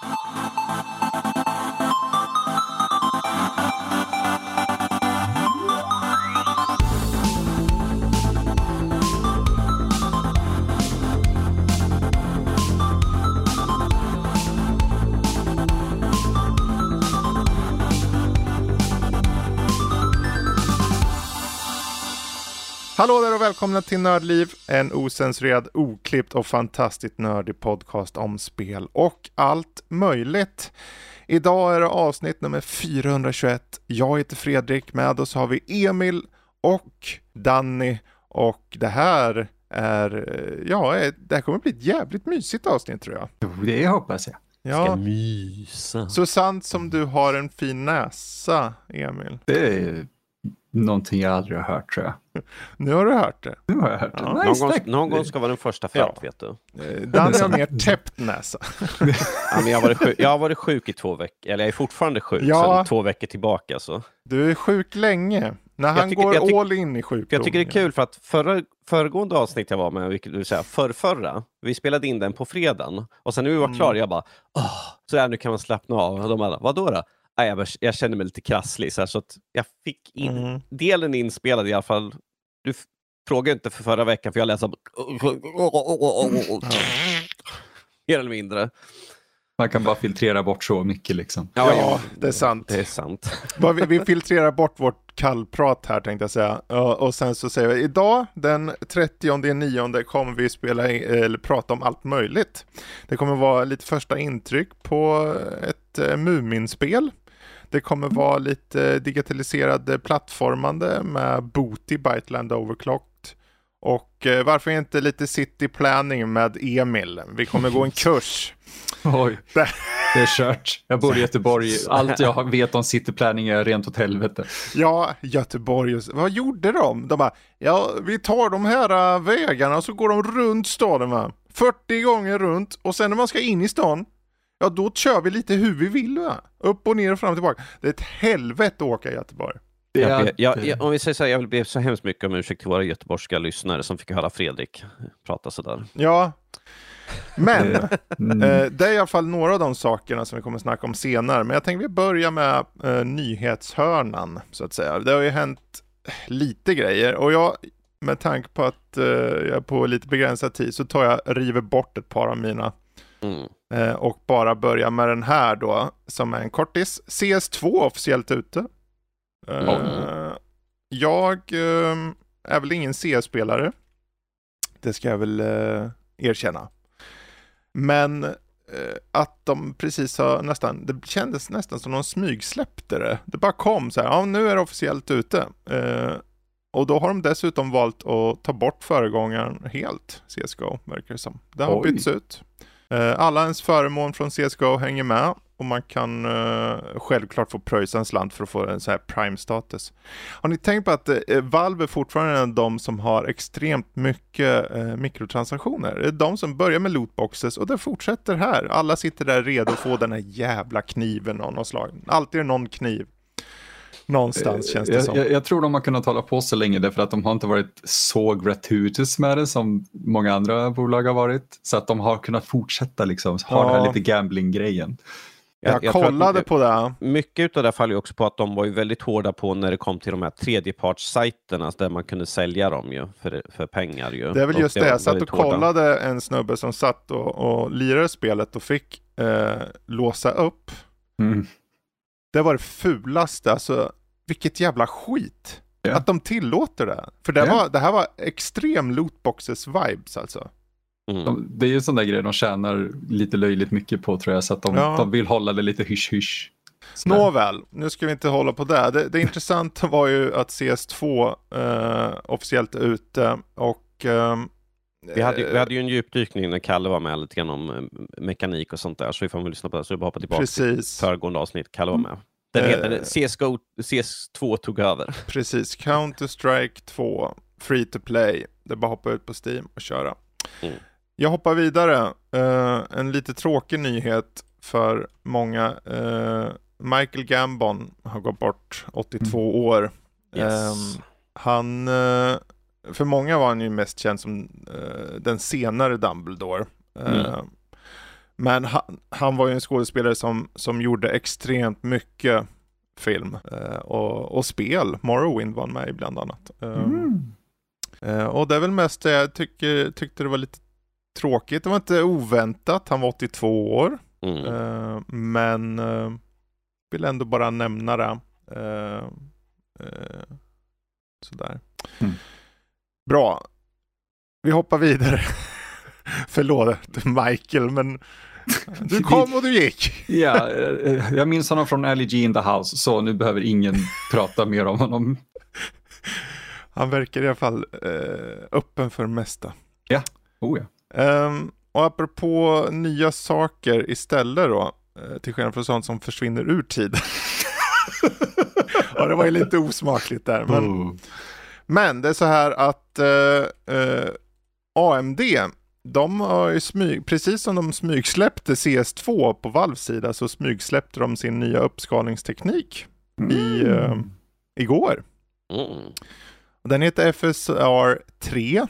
Hallå där och välkomna till Nördliv, en osensurerad, oklippt och fantastiskt nördig podcast om spel och allt möjligt. Idag är det avsnitt nummer 421. Jag heter Fredrik, med oss har vi Emil och Danny och det här kommer bli ett jävligt mysigt avsnitt tror jag. Jo, det hoppas jag. Ja. Ska mysa. Så sant som du har en fin näsa, Emil. Det är någonting jag aldrig har hört, tror jag. Nu har du hört det. Nu har jag hört det. Ja, Nice, någon gång ska vara den första för allt, vet du. Danny har mer täppt näsa. Ja, men jag har varit sjuk i 2 veckor. Eller jag är fortfarande sjuk sedan 2 veckor tillbaka. Så. Du är sjuk länge. När han går all in i sjukdom. Jag tycker det är kul för att föregående avsnitt jag var med, vilket du säger, förra, vi spelade in den på fredagen. Och sen när vi var klara, jag bara, så där, nu kan man slappna av. Och de bara, vadå då? Jag kände mig lite krasslig så att jag fick in delen inspelad i alla fall. Du frågade inte för förra veckan för jag läste mer eller mindre. Man kan bara filtrera bort så mycket liksom. Ja, det är sant. Det är sant. Vi filtrerar bort vårt kallprat här, tänkte jag säga. Och sen så säger vi, idag den 30/9 kommer vi prata om allt möjligt. Det kommer vara lite första intryck på ett Muminspel. Det kommer vara lite digitaliserad plattformande med Booty, Byteland Overclocked. Och varför inte lite city planning med Emil? Vi kommer gå en kurs. Oj, det är kört. Jag bor i Göteborg. Allt jag vet om city planning är rent åt helvete. Ja, Göteborg. Vad gjorde de? De bara, vi tar de här vägarna och så går de runt staden, va? 40 gånger runt. Och sen när man ska in i stan, då kör vi lite hur vi vill, va? Upp och ner och fram och tillbaka. Det är ett helvete att åka i Göteborg. Om vi säger så här, jag vill be så hemskt mycket om ursäkt till våra göteborgska lyssnare som fick höra Fredrik prata sådär. Ja, men det är i alla fall några av de sakerna som vi kommer att snacka om senare. Men jag tänkte vi börjar med nyhetshörnan, så att säga. Det har ju hänt lite grejer och jag, med tanke på att jag är på lite begränsad tid, så river bort ett par av mina och bara börjar med den här då, som är en kortis. CS2 officiellt ute. Jag är väl ingen CS-spelare. Det ska jag väl erkänna. Men att de precis har det kändes nästan som de smygsläppte det. Det bara kom så här, nu är det officiellt ute. Och då har de dessutom valt att ta bort föregångaren helt, CSGO, verkar det som. Det har bytts ut. Alla ens föremål från CSGO hänger med. Och man kan självklart få pröjsa en slant för att få en så här prime-status. Har ni tänkt på att Valve är fortfarande de som har extremt mycket mikrotransaktioner? Det är de som börjar med lootboxes och det fortsätter här. Alla sitter där redo att få den här jävla kniven av något slag. Alltid är det någon kniv. Någonstans känns det som. Jag tror de har kunnat hålla på så länge därför att de har inte varit så gratuitous med det som många andra bolag har varit. Så att de har kunnat fortsätta liksom, ha den här lite gambling-grejen. Jag kollade på det. Mycket av det faller ju också på att de var ju väldigt hårda på när det kom till de här tredjepartssajterna där man kunde sälja dem ju för pengar ju. Det är väl just det. Jag satt och kollade en snubbe som satt och lirade spelet och fick låsa upp. Det var det fulaste. Alltså, vilket jävla skit. Att de tillåter det. För det här var extrem lootboxes vibes alltså. Det är ju sån där grej de tjänar lite löjligt mycket på, tror jag, så att de vill hålla det lite hysch-hysch. Nåväl, nu ska vi inte hålla på det. Det intressanta var ju att CS2 officiellt är ute och vi hade ju en djupdykning när Kalle var med lite grann om mekanik och sånt där, så vi får väl lyssna på det, så vi bara hoppar tillbaka till föregående avsnitt. Kalle var med. Den heter CS2 tog över. Precis, Counter-Strike 2 free to play. Det är bara hoppa ut på Steam och köra. Jag hoppar vidare. En lite tråkig nyhet för många. Michael Gambon har gått bort, 82 år. Yes. Han, för många var han ju mest känd som den senare Dumbledore. Men han var ju en skådespelare som gjorde extremt mycket film och spel. Morrowind var med i bland annat. Och det är väl mest det jag tyckte det var lite tråkigt. Det var inte oväntat. Han var 82 år. Men vill ändå bara nämna det. Sådär. Bra. Vi hoppar vidare. Förlåt Michael, men du kom och du gick. Ja, jag minns honom från Ali G in the House, så nu behöver ingen prata mer om honom. Han verkar i alla fall öppen för det mesta. Ja, och apropå nya saker istället då, till skillnad från sånt som försvinner ur tiden. Ja, det var ju lite osmakligt där. Men det är så här att AMD, de har ju precis som de smygsläppte CS2 på Valves sida, så smygsläppte de sin nya uppskalningsteknik igår. Den heter FSR 3.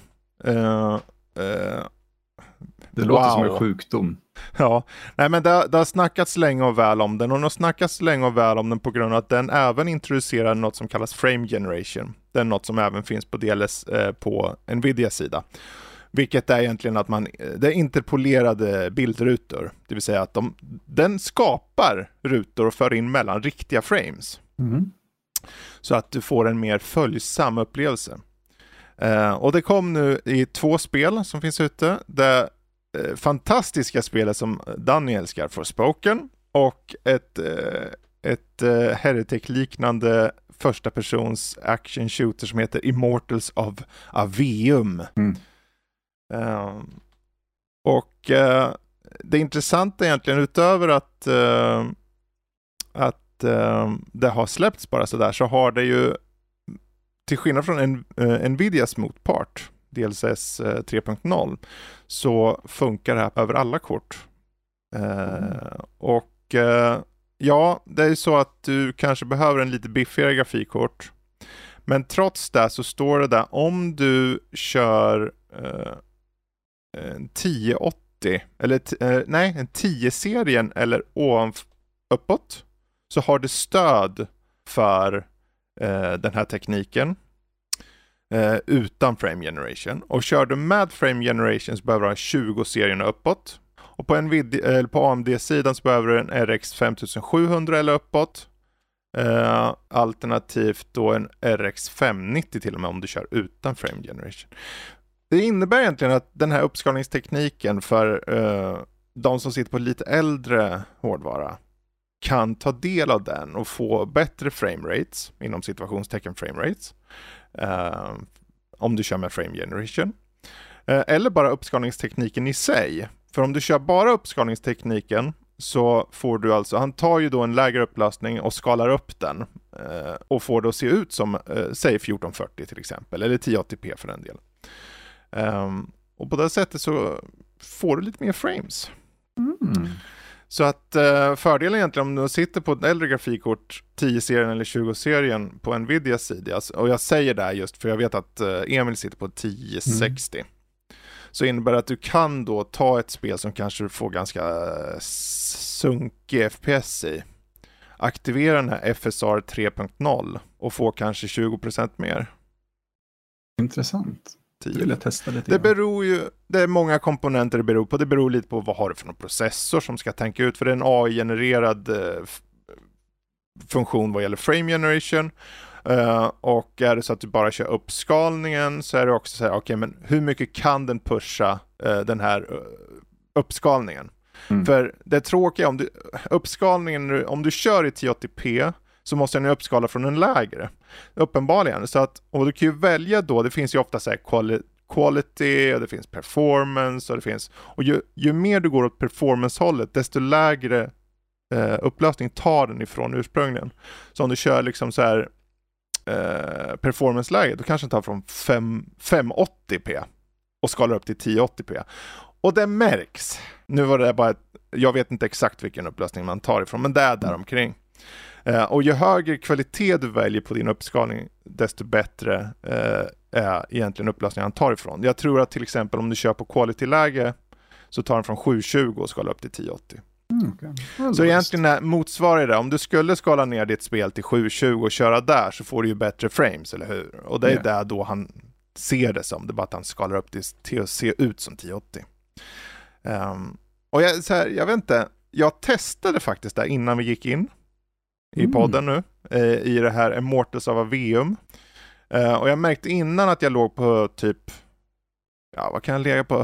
Det låter som en sjukdom. Ja, nej, men det har snackats länge och väl om den, och det har snackats länge och väl om den på grund av att den även introducerar något som kallas frame generation. Det är något som även finns på DLS på Nvidias sida. Vilket är egentligen att det är interpolerade bildrutor. Det vill säga att den skapar rutor och för in mellan riktiga frames. Så att du får en mer följsam upplevelse. Och det kom nu i 2 spel som finns ute. Det fantastiska spelet som Danny älskar, Forspoken, och ett Heretic-liknande första persons action shooter som heter Immortals of Aveum. Och det intressanta egentligen, utöver att det har släppts bara sådär, så har det ju, till skillnad från Nvidias motpart DLSS 3.0, så funkar det här över alla kort. Och ja, det är så att du kanske behöver en lite biffigare grafikkort, men trots det så står det där, om du kör en 1080 eller en 10-serien eller uppåt, så har det stöd för den här tekniken utan frame generation. Och kör du med frame generation så behöver du ha 20-serien uppåt. Och på AMD-sidan så behöver du en RX 5700 eller uppåt. Alternativt då en RX 590 till och med om du kör utan frame generation. Det innebär egentligen att den här uppskalningstekniken för de som sitter på lite äldre hårdvara kan ta del av den och få bättre frame rates, inom situationstecken frame rates, om du kör med frame generation. Eller bara uppskalningstekniken i sig. För om du kör bara uppskalningstekniken så får du alltså, han tar ju då en lägre upplösning och skalar upp den och får det att se ut som, säg 1440 till exempel, eller 1080p för den delen. Och på det sättet så får du lite mer frames. Så att fördelen egentligen om du sitter på ett äldre grafikkort, 10-serien eller 20-serien på Nvidias sida, alltså, och jag säger det här just för jag vet att Emil sitter på 1060, så innebär det att du kan då ta ett spel som kanske får ganska sunkig FPS i, aktivera den här FSR 3.0 och få kanske 20% mer. Intressant. Det vill jag testa lite. Det beror ju, det är många komponenter det beror på. Det beror lite på vad har du för någon processor som ska tänka ut, för det är en AI-genererad funktion vad gäller frame generation. Och är det så att du bara kör uppskalningen så är det också så här, okej, men hur mycket kan den pusha den här uppskalningen? För det tråkiga, uppskalningen, om du kör i 1080p så måste den uppskala från en lägre. Uppenbarligen. Så att, och du kan ju välja då, det finns ju ofta så här quality och det finns performance och det finns, och ju mer du går åt performance-hållet desto lägre upplösning tar den ifrån ursprungligen. Så om du kör liksom så här performance-läge, då kanske den tar från 580p och skalar upp till 1080p. Och det märks. Nu var det bara jag vet inte exakt vilken upplösning man tar ifrån, men det är där omkring. Och ju högre kvalitet du väljer på din uppskalning, desto bättre är egentligen upplösningen han tar ifrån. Jag tror att till exempel om du kör på quality-läge så tar den från 720 och skalar upp till 1080. Okay. Så egentligen motsvarar det, om du skulle skala ner ditt spel till 720 och köra där, så får du ju bättre frames, eller hur? Och det är där då han ser det som, det är bara att han skalar upp det till att se ut som 1080. Och jag vet inte, jag testade faktiskt där innan vi gick in i podden nu, i det här Immortals of Aveum. Och jag märkte innan att jag låg på typ, vad kan jag lägga på,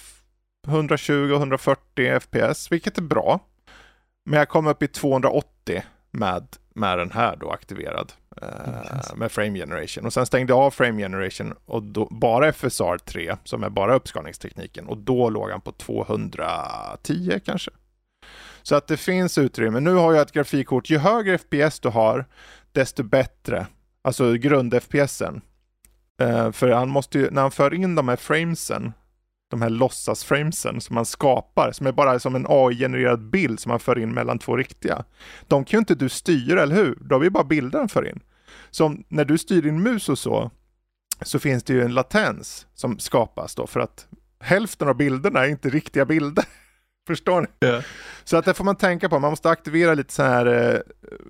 120-140 FPS, vilket är bra. Men jag kom upp i 280 med den här då aktiverad, med frame generation. Och sen stängde jag av frame generation och då bara FSR 3, som är bara uppskalningstekniken, och då låg han på 210 kanske. Så att det finns utrymme. Nu har jag ett grafikkort, ju högre FPS du har, desto bättre. Alltså grund-FPSen. För han måste ju, när han för in de här framesen, de här låtsas-framesen som man skapar, som är bara som en AI-genererad bild som man för in mellan två riktiga. De kan ju inte du styra, eller hur? Då har vi bara bilden för in. Så när du styr din mus och så finns det ju en latens som skapas då, för att hälften av bilderna är inte riktiga bilder. Förstår ni? Yeah. Så att det får man tänka på. Man måste aktivera lite så här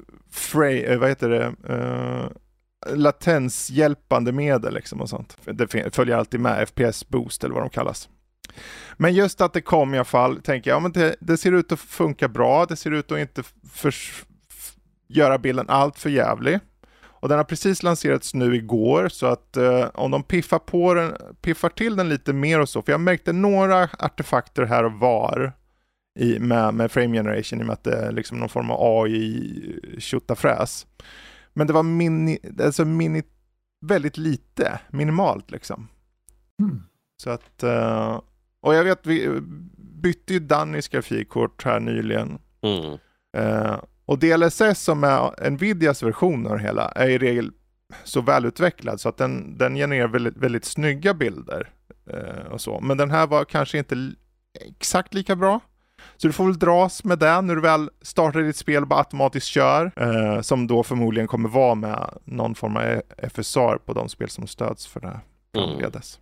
latenshjälpande medel liksom och sånt. Det följer alltid med FPS boost eller vad de kallas. Men just att det kom i alla fall, tänker jag, men det ser ut att funka bra. Det ser ut att inte göra bilden allt för jävlig. Och den har precis lanserats nu igår, så att om de piffar till den lite mer och så, för jag märkte några artefakter här och var med frame generation, i och med att det är liksom någon form av AI-tjottafräs. Men det var väldigt lite, minimalt liksom. Så att, och jag vet, vi bytte ju Dannys grafikkort här nyligen. Och DLSS, som är Nvidias version av det hela, är i regel så välutvecklad så att den genererar väldigt, väldigt snygga bilder och så. Men den här var kanske inte exakt lika bra. Så du får väl dras med det när du väl startar ditt spel och bara automatiskt kör. Som då förmodligen kommer vara med någon form av FSR på de spel som stöds för det här framledes.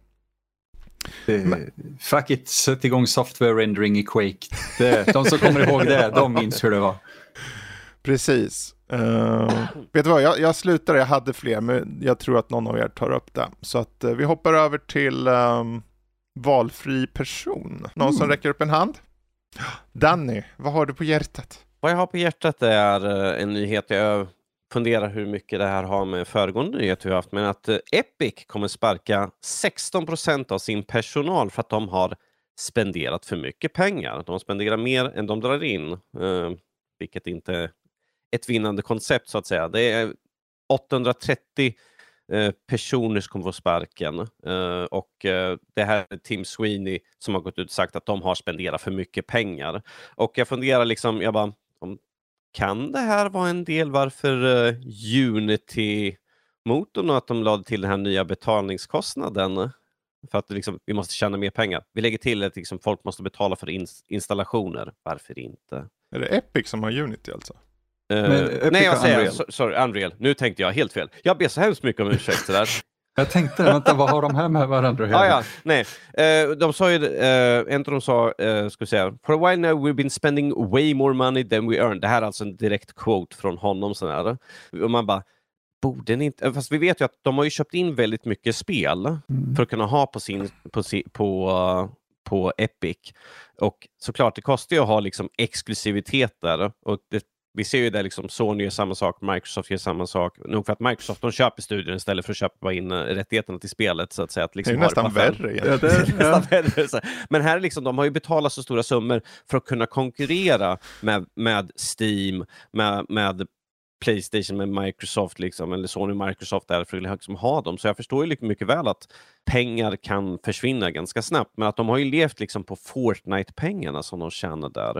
Fuck it, sätt igång software rendering i Quake. De som kommer ihåg det, de minns hur det var. Precis. Vet du vad, jag slutade, jag hade fler, men jag tror att någon av er tar upp det. Så att vi hoppar över till valfri person. Någon som räcker upp en hand? Danny, vad har du på hjärtat? Vad jag har på hjärtat är en nyhet. Jag funderar hur mycket det här har med föregående nyhet vi har haft. Men att Epic kommer sparka 16% av sin personal för att de har spenderat för mycket pengar. De spenderar mer än de drar in. Vilket inte är ett vinnande koncept så att säga. Det är 830 personer som kommer få sparken. Och det här är Tim Sweeney som har gått ut och sagt att de har spenderat för mycket pengar. Och jag funderar liksom, kan det här vara en del varför Unity-motorn och att de lade till den här nya betalningskostnaden? För att liksom, vi måste tjäna mer pengar. Vi lägger till att liksom, folk måste betala för installationer. Varför inte? Är det Epic som har Unity alltså? Nej, jag säger Unreal. Nu tänkte jag helt fel. Jag ber så hemskt mycket om ursäkt där. Jag tänkte, vänta, vad har de här med varandra? Nej. De sa ju, de sa, ska vi säga, for a while now we've been spending way more money than we earn. Det här är alltså en direkt quote från honom. Sådär. Och man bara, borde ni inte, fast vi vet ju att de har ju köpt in väldigt mycket spel för att kunna ha på Epic. Och såklart, det kostar ju att ha liksom exklusiviteter. Och vi ser ju där liksom Sony gör samma sak, Microsoft gör samma sak. Nog för att Microsoft, de köper studion istället för att köpa in rättigheterna till spelet. Så att säga, att liksom det är nästan värre. Men här liksom, de har ju betalat så stora summor för att kunna konkurrera med Steam, med PlayStation, med Microsoft liksom, eller Sony och Microsoft där för att liksom ha dem. Så jag förstår ju liksom mycket väl att pengar kan försvinna ganska snabbt. Men att de har ju levt liksom på Fortnite-pengarna som de tjänar där.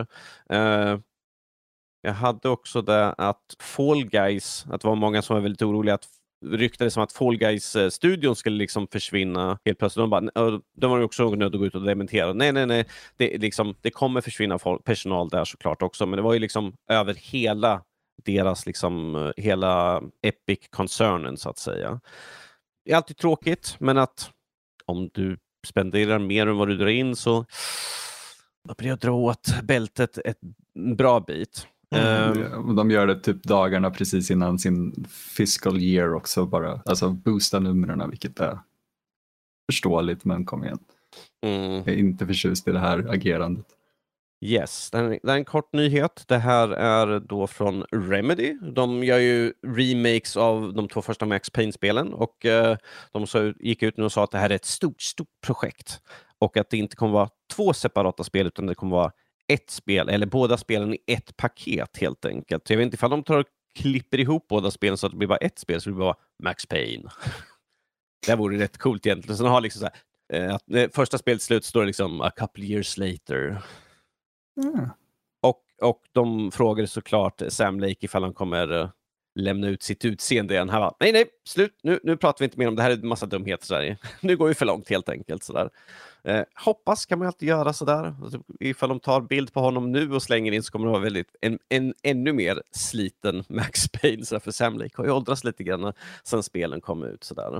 Jag hade också det att Fall Guys, att det var många som var väldigt oroliga att ryktades som att Fall Guys-studion skulle liksom försvinna helt plötsligt. De var ju också nöd att gå ut och dementera. Nej. Det kommer försvinna personal där såklart också. Men det var ju liksom över hela deras liksom, hela Epic-koncernen så att säga. Det är alltid tråkigt, men att om du spenderar mer än vad du drar in så börjar dra åt bältet ett bra bit. De gör det typ dagarna precis innan sin fiscal year också, bara alltså boosta numren, vilket är förståeligt, men kom igen. Jag är inte förtjust i det här agerandet. Yes, det är en kort nyhet. Det här är då från Remedy. De gör ju remakes av de 2 första Max Payne-spelen och de gick ut nu och sa att det här är ett stort projekt och att det inte kommer vara 2 separata spel utan det kommer vara ett spel, eller båda spelen i ett paket helt enkelt. Så jag vet inte ifall de tar och klipper ihop båda spelen så att det blir bara ett spel, så det blir bara Max Payne. Det vore rätt coolt egentligen. Sen har liksom så här, att första spelet slut står det liksom a couple years later. Och de frågade såklart Sam Lake ifall han kommer lämna ut sitt utseende igen. Han bara, nej, slut, nu pratar vi inte mer om det här, är en massa dumheter sådär. Nu går vi för långt helt enkelt sådär. Hoppas kan man alltid göra sådär. Ifall de tar bild på honom nu och slänger in så kommer det vara väldigt en ännu mer sliten Max Payne, så för Sam Lake har ju åldrats lite grann sedan spelen kom ut sådär.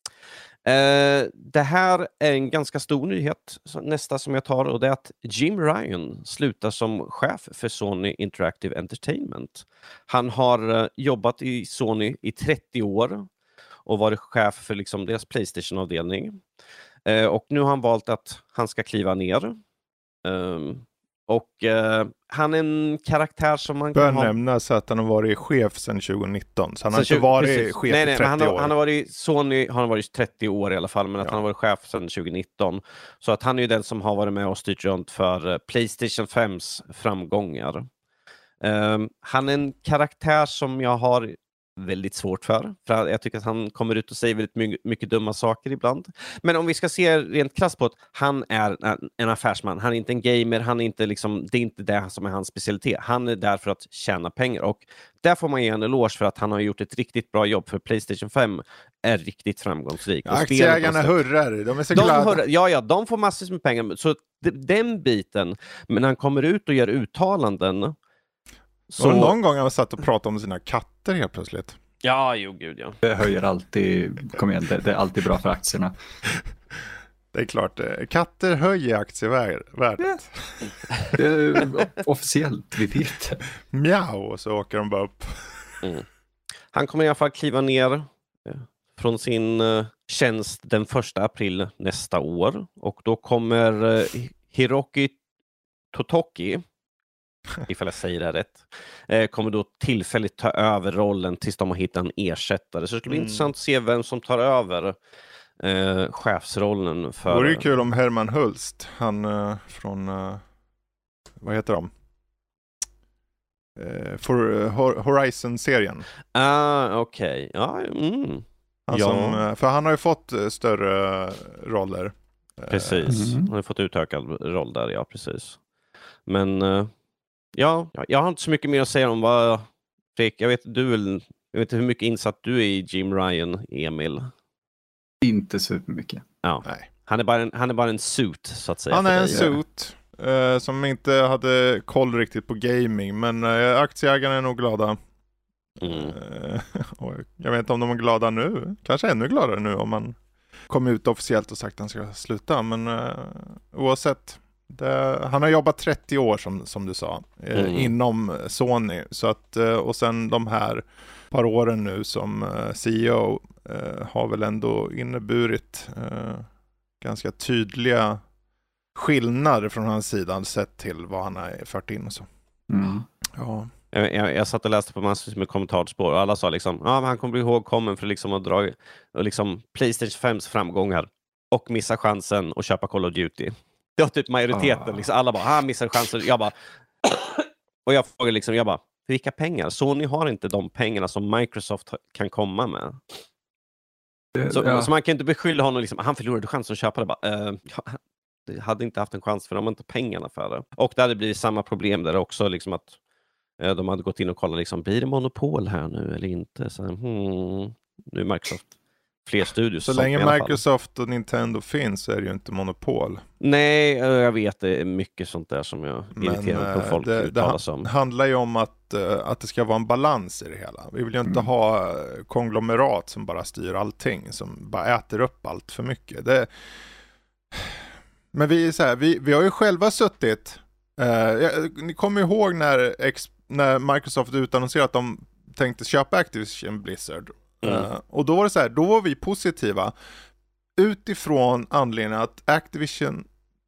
Det här är en ganska stor nyhet, nästa som jag tar, och det är att Jim Ryan slutar som chef för Sony Interactive Entertainment. Han har jobbat i Sony i 30 år och varit chef för liksom deras PlayStation-avdelning. Och nu har han valt att han ska kliva ner. Han är en karaktär som man bör kan ha... nämnas att han har varit chef sedan 2019, så han har inte varit chef i 30 år. Han har varit Sony, han har varit 30 år i alla fall, men att han har varit chef sedan 2019. Så att han är ju den som har varit med och styrt runt för PlayStation 5s framgångar. Han är en karaktär som jag har väldigt svårt för jag tycker att han kommer ut och säger väldigt mycket dumma saker ibland. Men om vi ska se rent krasst på att han är en affärsman, han är inte en gamer, han är inte liksom, det är inte det som är hans specialitet. Han är där för att tjäna pengar, och där får man ge en eloge för att han har gjort ett riktigt bra jobb, för PlayStation 5 är riktigt framgångsrik. Ja, aktieägarna hurrar, de är så glada. Ja, de får massor med pengar, så den biten, men han kommer ut och gör uttalanden. Så någon gång har han satt och pratat om sina katter helt plötsligt. Ja, gud ja. Det höjer alltid, kom igen, det är alltid bra för aktierna. Det är klart, katter höjer aktievärdet. Det är officiellt, vi vet det. Mjau, och så åker de bara upp. Han kommer i alla fall kliva ner från sin tjänst den 1 april nästa år. Och då kommer Hiroki Totoki, ifall jag säger det rätt, kommer då tillfälligt ta över rollen tills de har hittat en ersättare. Så det skulle bli intressant att se vem som tar över chefsrollen. För... Det vore ju kul om Herman Hulst, han från, vad heter de? Horizon-serien. Okej. Ja, för han har ju fått större roller. Precis, han har fått utökad roll där, ja precis. Men ja, jag har inte så mycket mer att säga om vad Fredrik, jag vet inte hur mycket insatt du är i Jim Ryan, Emil. Inte supermycket. Ja. Nej. Han är bara en suit, så att säga. Han är en suit som inte hade koll riktigt på gaming, men aktieägarna är nog glada. Och jag vet inte om de är glada nu. Kanske ännu gladare nu om man kom ut officiellt och sagt att han ska sluta, men oavsett. Han har jobbat 30 år som du sa inom Sony, så att, och sen de här par åren nu som CEO har väl ändå inneburit ganska tydliga skillnader från hans sida sett till vad han har fört in och så. Ja. Jag satt och läste på massor med kommentarsspår och alla sa liksom, men han kommer bli ihågkommen för liksom att dra liksom PlayStation 5s framgångar och missa chansen att köpa Call of Duty. Det var typ majoriteten. Liksom. Alla bara, han missar chansen. Och jag frågade liksom, vilka pengar? Sony har inte de pengarna som Microsoft kan komma med. Så man kan inte beskylla honom liksom, han förlorade chansen att köpa det. Jag hade inte haft en chans för de har inte pengarna för det. Och det hade blivit samma problem där också, liksom att de hade gått in och kollat liksom, blir det monopol här nu eller inte? Så, nu är Microsoft fler studios. Så länge Microsoft och Nintendo finns så är det ju inte monopol. Nej, jag vet, det är mycket sånt där som jag irriterar på folk uttalas om. Det handlar ju om att det ska vara en balans i det hela. Vi vill ju inte ha konglomerat som bara styr allting, som bara äter upp allt för mycket. Men vi är så här, vi har ju själva suttit, ni kommer ihåg när Microsoft utannonserade att de tänkte köpa Activision Blizzard. Och då var det så här, då var vi positiva utifrån anledningen att Activision,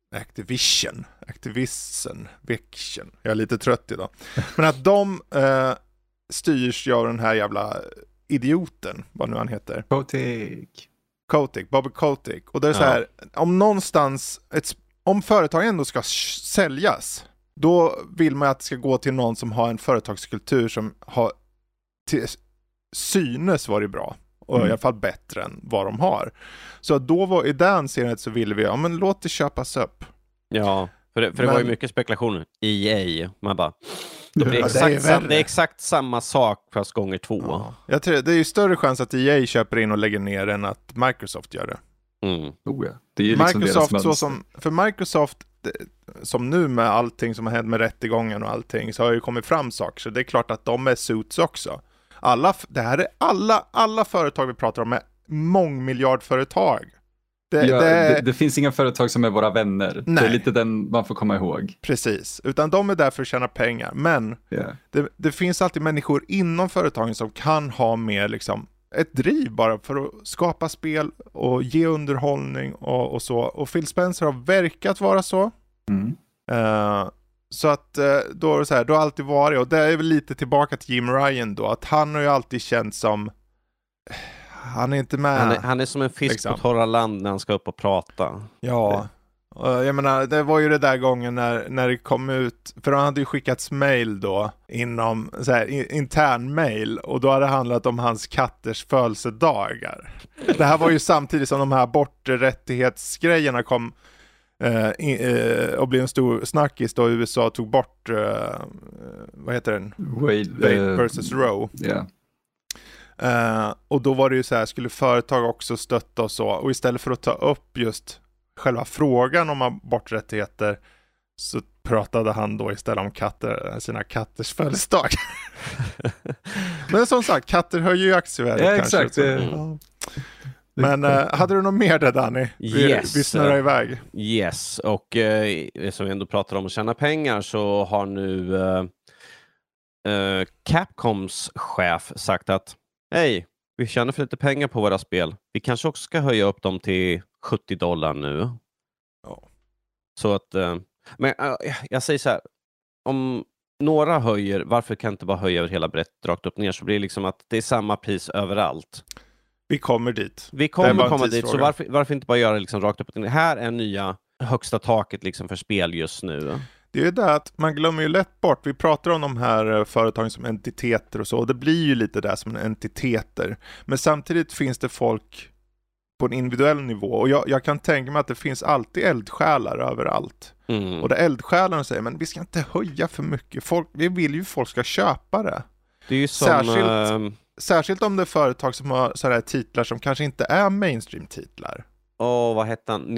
jag är lite trött idag, men att de styrs av den här jävla idioten, vad nu han heter. Kotick, Bobby Kotick. Och det är så här, om någonstans om företag ändå ska säljas, då vill man att det ska gå till någon som har en företagskultur som har till synes varit bra. Och i alla fall bättre än vad de har. Så då i den serien så ville vi, men låt det köpas upp. Ja, för det var ju mycket spekulation. EA, man bara... Det är exakt samma sak fast gånger 2. Ja. Jag tror det är ju större chans att EA köper in och lägger ner än att Microsoft gör det. Det är ju liksom Microsoft för Microsoft som nu med allting som har hänt med rättegången och allting, så har ju kommit fram saker, så det är klart att de är suits också. Alla företag vi pratar om är mångmiljardföretag. Det finns inga företag som är våra vänner. Nej. Det är lite den man får komma ihåg. Precis, utan de är där för att tjäna pengar. Men det finns alltid människor inom företagen som kan ha mer liksom ett driv bara för att skapa spel och ge underhållning och så. Och Phil Spencer har verkat vara så. Så att då är det så här, då har alltid varit, och det är väl lite tillbaka till Jim Ryan då, att han har ju alltid känt som han är inte med. Han är som en fisk liksom på torra land när han ska upp och prata. Ja, jag menar, det var ju det där gången när det kom ut, för han hade ju skickats mail då inom så här, intern mail, och då hade det handlat om hans katters födelsedagar. Det här var ju samtidigt som de här borträttighetsgrejerna kom och blev en stor snackis då USA tog bort vad heter den? Wade versus Roe. Och då var det ju så här, skulle företag också stötta och så, och istället för att ta upp just själva frågan om aborträttigheter så pratade han då istället om sina katters födelsedag. Men som sagt, katter höjer ju aktievärdet kanske. Exakt. Men hade du något mer där, Danny? Vi snurrar iväg. Yes, och som vi ändå pratar om att tjäna pengar, så har nu Capcoms chef sagt att hej, vi tjänar för lite pengar på våra spel. Vi kanske också ska höja upp dem till $70 nu. Ja. Så att, men jag säger så här, om några höjer, varför kan inte bara höja över hela brett rakt upp ner, så blir det liksom att det är samma pris överallt. Vi kommer dit. Vi kommer komma dit, så varför inte bara göra det liksom rakt upp och ner? Här är nya högsta taket liksom för spel just nu. Det är ju det att man glömmer ju lätt bort. Vi pratar om de här företagen som entiteter och så. Och det blir ju lite där som entiteter. Men samtidigt finns det folk på en individuell nivå. Och jag kan tänka mig att det finns alltid eldsjälar överallt. Och där eldsjälarna säger, men vi ska inte höja för mycket. Vi vill ju folk ska köpa det. Det är ju som... Särskilt om det är företag som har sådana titlar som kanske inte är mainstream-titlar. Vad hette han?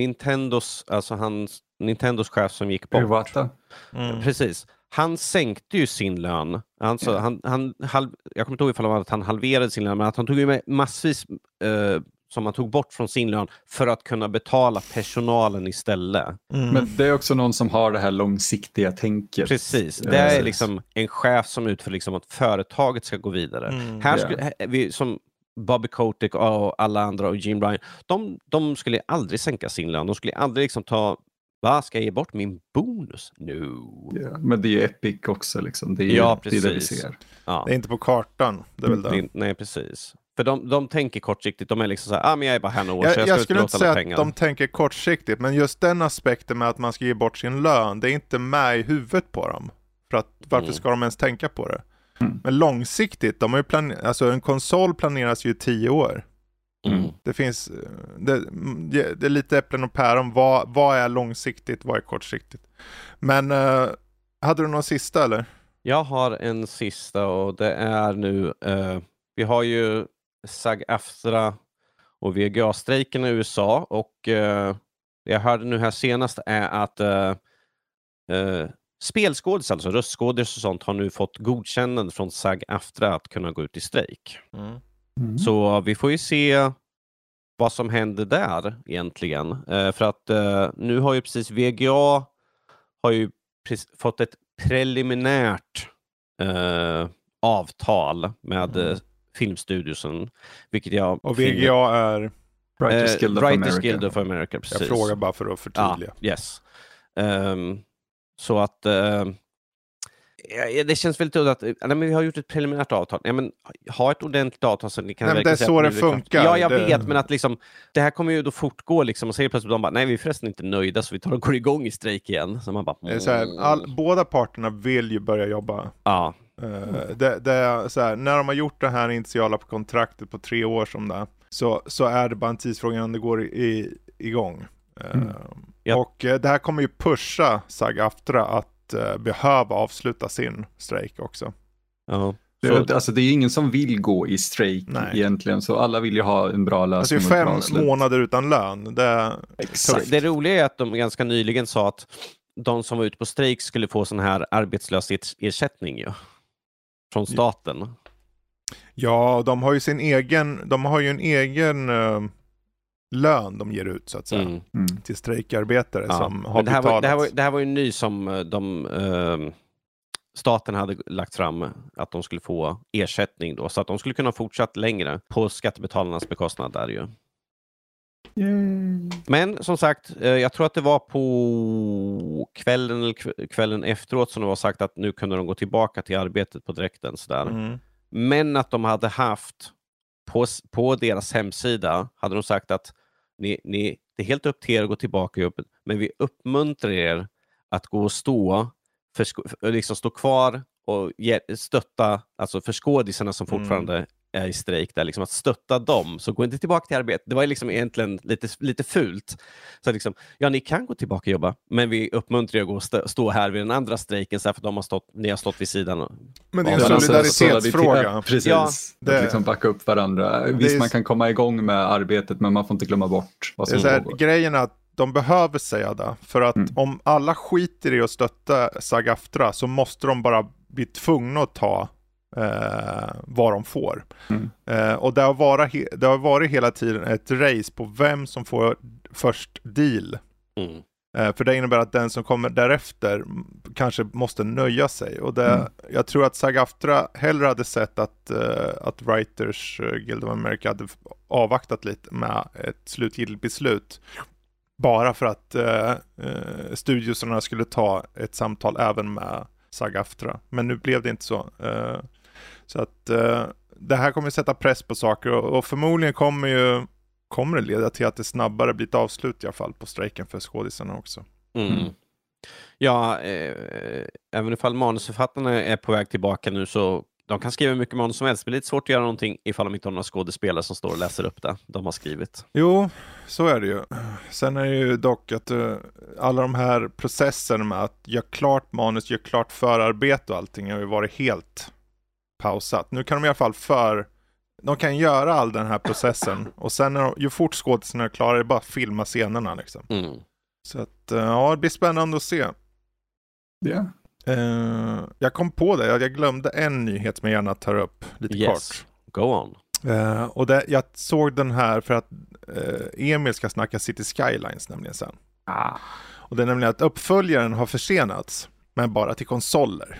Nintendos chef som gick bort. Precis. Han sänkte ju sin lön. Alltså, jag kommer inte ihåg ifall att han halverade sin lön, men att han tog ju med massvis som han tog bort från sin lön för att kunna betala personalen istället. Men det är också någon som har det här långsiktiga tänket. Precis. Det är liksom en chef som utför liksom att företaget ska gå vidare. Här skulle vi som Bobby Kotick och alla andra och Jim Ryan, de skulle aldrig sänka sin lön. De skulle aldrig liksom ska jag ge bort min bonus? No. Yeah, men det är ju Epic också liksom. Det är precis. Det vi ser. Ja. Det är inte på kartan. Det är väl det. Nej, precis. För de tänker kortsiktigt. De är liksom så här, men jag är bara här några år, så jag skulle inte säga att de tänker kortsiktigt, men just den aspekten med att man ska ge bort sin lön, det är inte med i huvudet på dem. För att varför ska de ens tänka på det? Men långsiktigt, de har ju alltså en konsol planeras ju 10 år. Det finns det är lite äpplen och päron. Vad är långsiktigt, vad är kortsiktigt? Men hade du någon sista eller? Jag har en sista, och det är nu vi har ju SAG-AFTRA och VGA-strejken i USA, och jag hörde nu här senast är att spelskådis, alltså röstskådis och sånt, har nu fått godkännande från SAG-AFTRA att kunna gå ut i strejk. Så vi får ju se vad som händer där egentligen. För att nu har ju precis VGA har ju fått ett preliminärt avtal med Filmstudiosen, vilket jag... Och VGA är... Writers Guild of America, precis. Jag frågar bara för att förtydliga. Ja, yes. Så att det känns väldigt udda att men vi har gjort ett preliminärt avtal. Ja, men ha ett ordentligt avtal så ni kan det är så det funkar. Ja, jag vet, men att liksom det här kommer ju då fortgå liksom, och så plötsligt de bara, nej, vi är förresten inte nöjda så vi tar och går igång i strejk igen. Så man bara, det är så här, båda parterna vill ju börja jobba. Ja. Det är så här, när de har gjort det här initiala på kontraktet på 3 år som det så är det bara en tidsfråga innan det går igång. Ja. Och det här kommer ju pusha SAG-AFTRA att behöva avsluta sin strejk också. Ja. Alltså det är ingen som vill gå i strejk egentligen, så alla vill ju ha en bra lösning. Alltså 5 månader utan lön. Det roliga är att de ganska nyligen sa att de som var ute på strejk skulle få sån här arbetslöshetsersättning ju, från staten. Ja, de har ju en egen lön de ger ut så att säga till strejkarbetare som har betalats. Det här var ju ny som staten hade lagt fram, att de skulle få ersättning då, så att de skulle kunna fortsätta längre på skattebetalarnas bekostnad där ju. Men som sagt, jag tror att det var på kvällen efteråt som det var sagt att nu kunde de gå tillbaka till arbetet på direkten sådär. Men att de hade haft på deras hemsida hade de sagt att det är helt upp till er att gå tillbaka i jobbet, men vi uppmuntrar er att gå och stå liksom stå kvar och stötta, alltså för skådisarna som fortfarande är i strejk där, liksom att stötta dem, så gå inte tillbaka till arbetet. Det var liksom egentligen lite fult. Så liksom, ja, ni kan gå tillbaka och jobba, men vi uppmuntrar er att gå och stå här vid den andra strejken så här, för ni har stått vid sidan. Men det är en solidaritetsfråga. Precis, ja, att liksom backa upp varandra. Visst, man kan komma igång med arbetet, men man får inte glömma bort vad som pågår. Grejen är att de behöver säga det, för att om alla skiter i att stötta SAG-AFTRA så måste de bara bli tvungna att ta vad de får. Och det har varit hela tiden ett race på vem som får först deal. För det innebär att den som kommer därefter kanske måste nöja sig. Och jag tror att SAG-AFTRA hellre hade sett att Writers Guild of America hade avvaktat lite med ett slutgiltigt beslut. Bara för att studiosarna skulle ta ett samtal även med SAG-AFTRA. Men nu blev det inte så. Så att det här kommer sätta press på saker. Och förmodligen kommer det leda till att det snabbare blir ett avslut i alla fall på strejken för skådisarna också. Ja, även ifall manusförfattarna är på väg tillbaka nu, så de kan skriva mycket manus som helst. Det blir lite svårt att göra någonting ifall de inte har några skådespelare som står och läser upp det de har skrivit. Jo, så är det ju. Sen är det ju dock att alla de här processerna med att göra klart manus, göra klart förarbete och allting har ju varit helt pausat. Nu kan de i alla fall de kan göra all den här processen och sen ju fort skådespelarna är klara, det är bara att filma scenerna liksom. Så att det blir spännande att se. Ja. Jag kom på det, jag glömde en nyhet som jag gärna tar upp lite kort. Go on. Och jag såg den här för att Emil ska snacka City Skylines nämligen sen. Och det är nämligen att uppföljaren har försenats, men bara till konsoler.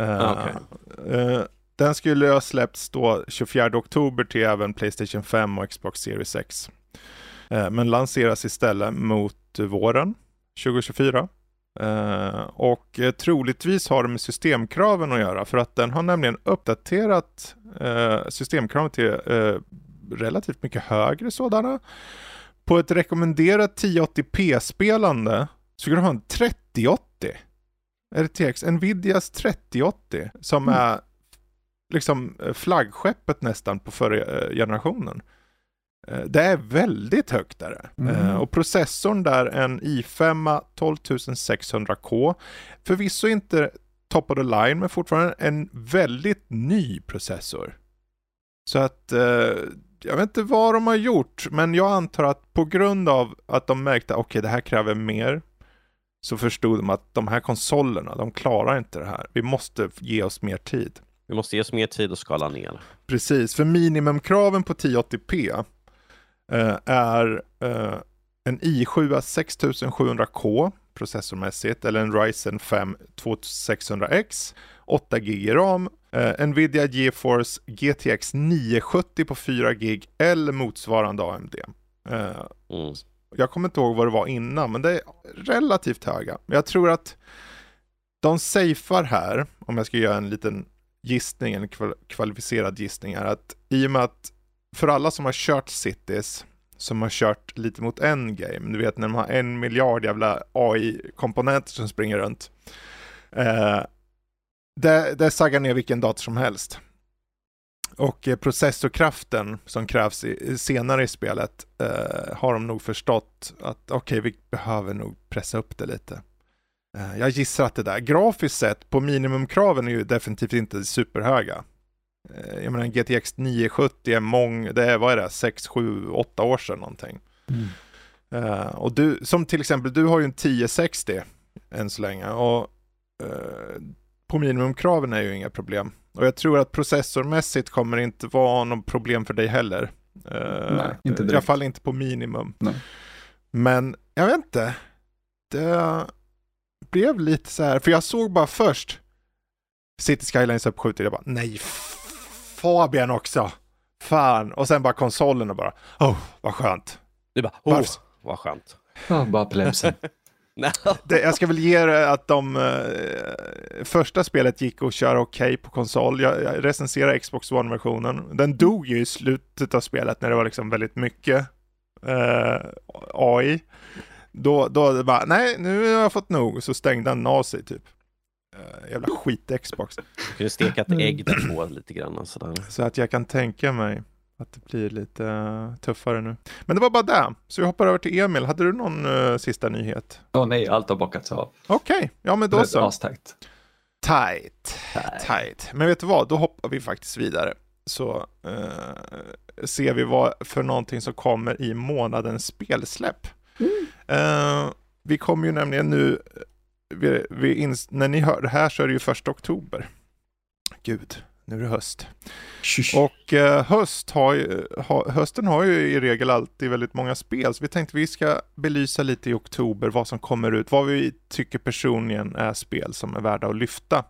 Den skulle ha släppts då 24 oktober till även PlayStation 5 och Xbox Series X. Men lanseras istället mot våren 2024. Och troligtvis har det med systemkraven att göra, för att den har nämligen uppdaterat systemkraven till relativt mycket högre sådana. På ett rekommenderat 1080p-spelande så skulle du ha en 3080 RTX, Nvidias 3080 som är liksom flaggskeppet nästan på förra generationen. Det är väldigt högt där. Och processorn där, en i5 12600K. Förvisso inte top of the line, men fortfarande en väldigt ny processor. Så att jag vet inte vad de har gjort, men jag antar att på grund av att de märkte okej, det här kräver mer, så förstod de att de här konsolerna, de klarar inte det här. Vi måste ge oss mer tid. Vi måste ge oss mer tid och skala ner. Precis, för minimumkraven på 1080p är en i7 6700K processormässigt, eller en Ryzen 5 2600X, 8 GB RAM, Nvidia GeForce GTX 970 på 4 GB eller motsvarande AMD. Jag kommer inte ihåg vad det var innan, men det är relativt höga. Jag tror att de safear här, om jag ska göra en liten gissning, en kvalificerad gissning, är att i och med att för alla som har kört Cities, som har kört lite mot Endgame, du vet när de har 1 miljard jävla AI-komponenter som springer runt, det saggar ner vilken dator som helst. Och processorkraften som krävs senare i spelet har de nog förstått att okej, vi behöver nog pressa upp det lite. Jag gissar att det där grafiskt sett på minimumkraven är ju definitivt inte superhöga. Jag menar GTX 970 är det är, vad är det, 6, 7, 8 år sedan någonting. Och du, som till exempel, du har ju en 1060 än så länge, och på minimumkraven är ju inga problem. Och jag tror att processormässigt kommer det inte vara något problem för dig heller. Nej, inte direkt. I alla fall inte på minimum. Nej. Men jag vet inte. Det blev lite så här, för jag såg bara först City Skylines uppskjutet, jag bara nej, Fabian också. Fan. Och sen bara konsolen och bara, vad skönt. Det bara, vad skönt. Ja, bara plebsen. Jag ska väl ge det att första spelet gick att köra okej på konsol. Jag recenserar Xbox One-versionen. Den dog ju i slutet av spelet när det var liksom väldigt mycket AI. Då det bara, nej, nu har jag fått nog. Så stängde han av sig typ. Jävla skit Xbox. Du kunde steka ett ägg där på lite grann. Så att jag kan tänka mig att det blir lite tuffare nu. Men det var bara det. Så jag hoppar över till Emil. Hade du någon sista nyhet? Nej, allt har bockats av. Okej, ja men då så. Tight. Men vet du vad? Då hoppar vi faktiskt vidare. Så ser vi vad för någonting som kommer i månadens spelsläpp. Vi kommer ju nämligen nu, när ni hör det här så är det ju 1 oktober. Gud, nu är det höst. Och hösten har ju i regel alltid väldigt många spel, så vi tänkte vi ska belysa lite i oktober vad som kommer ut, vad vi tycker personligen är spel som är värda att lyfta.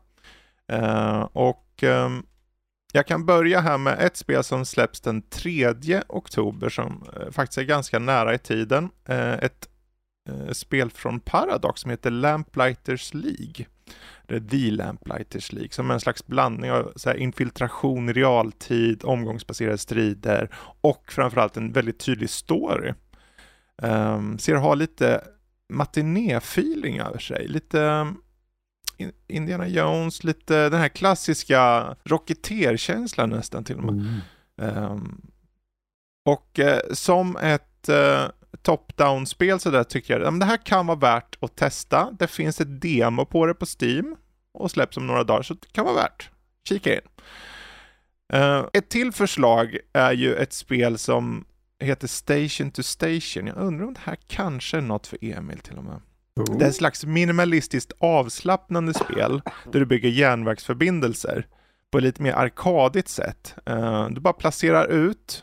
Jag kan börja här med ett spel som släpps den 3 oktober som faktiskt är ganska nära i tiden. Ett spel från Paradox som heter Lamplighters League. Det är The Lamplighters League, som är en slags blandning av så här infiltration i realtid, omgångsbaserade strider och framförallt en väldigt tydlig story. Ser att ha lite matiné-feeling över sig. Lite Indiana Jones, lite den här klassiska Rocketeer-känslan nästan till och med. Som ett top-down-spel så där tycker jag det här kan vara värt att testa. Det finns ett demo på det på Steam och släpps om några dagar, så det kan vara värt. Kika in. Ett till förslag är ju ett spel som heter Station to Station. Jag undrar om det här kanske är något för Emil till och med. Det är ett slags minimalistiskt avslappnande spel där du bygger järnvägsförbindelser på ett lite mer arkadigt sätt. Du bara placerar ut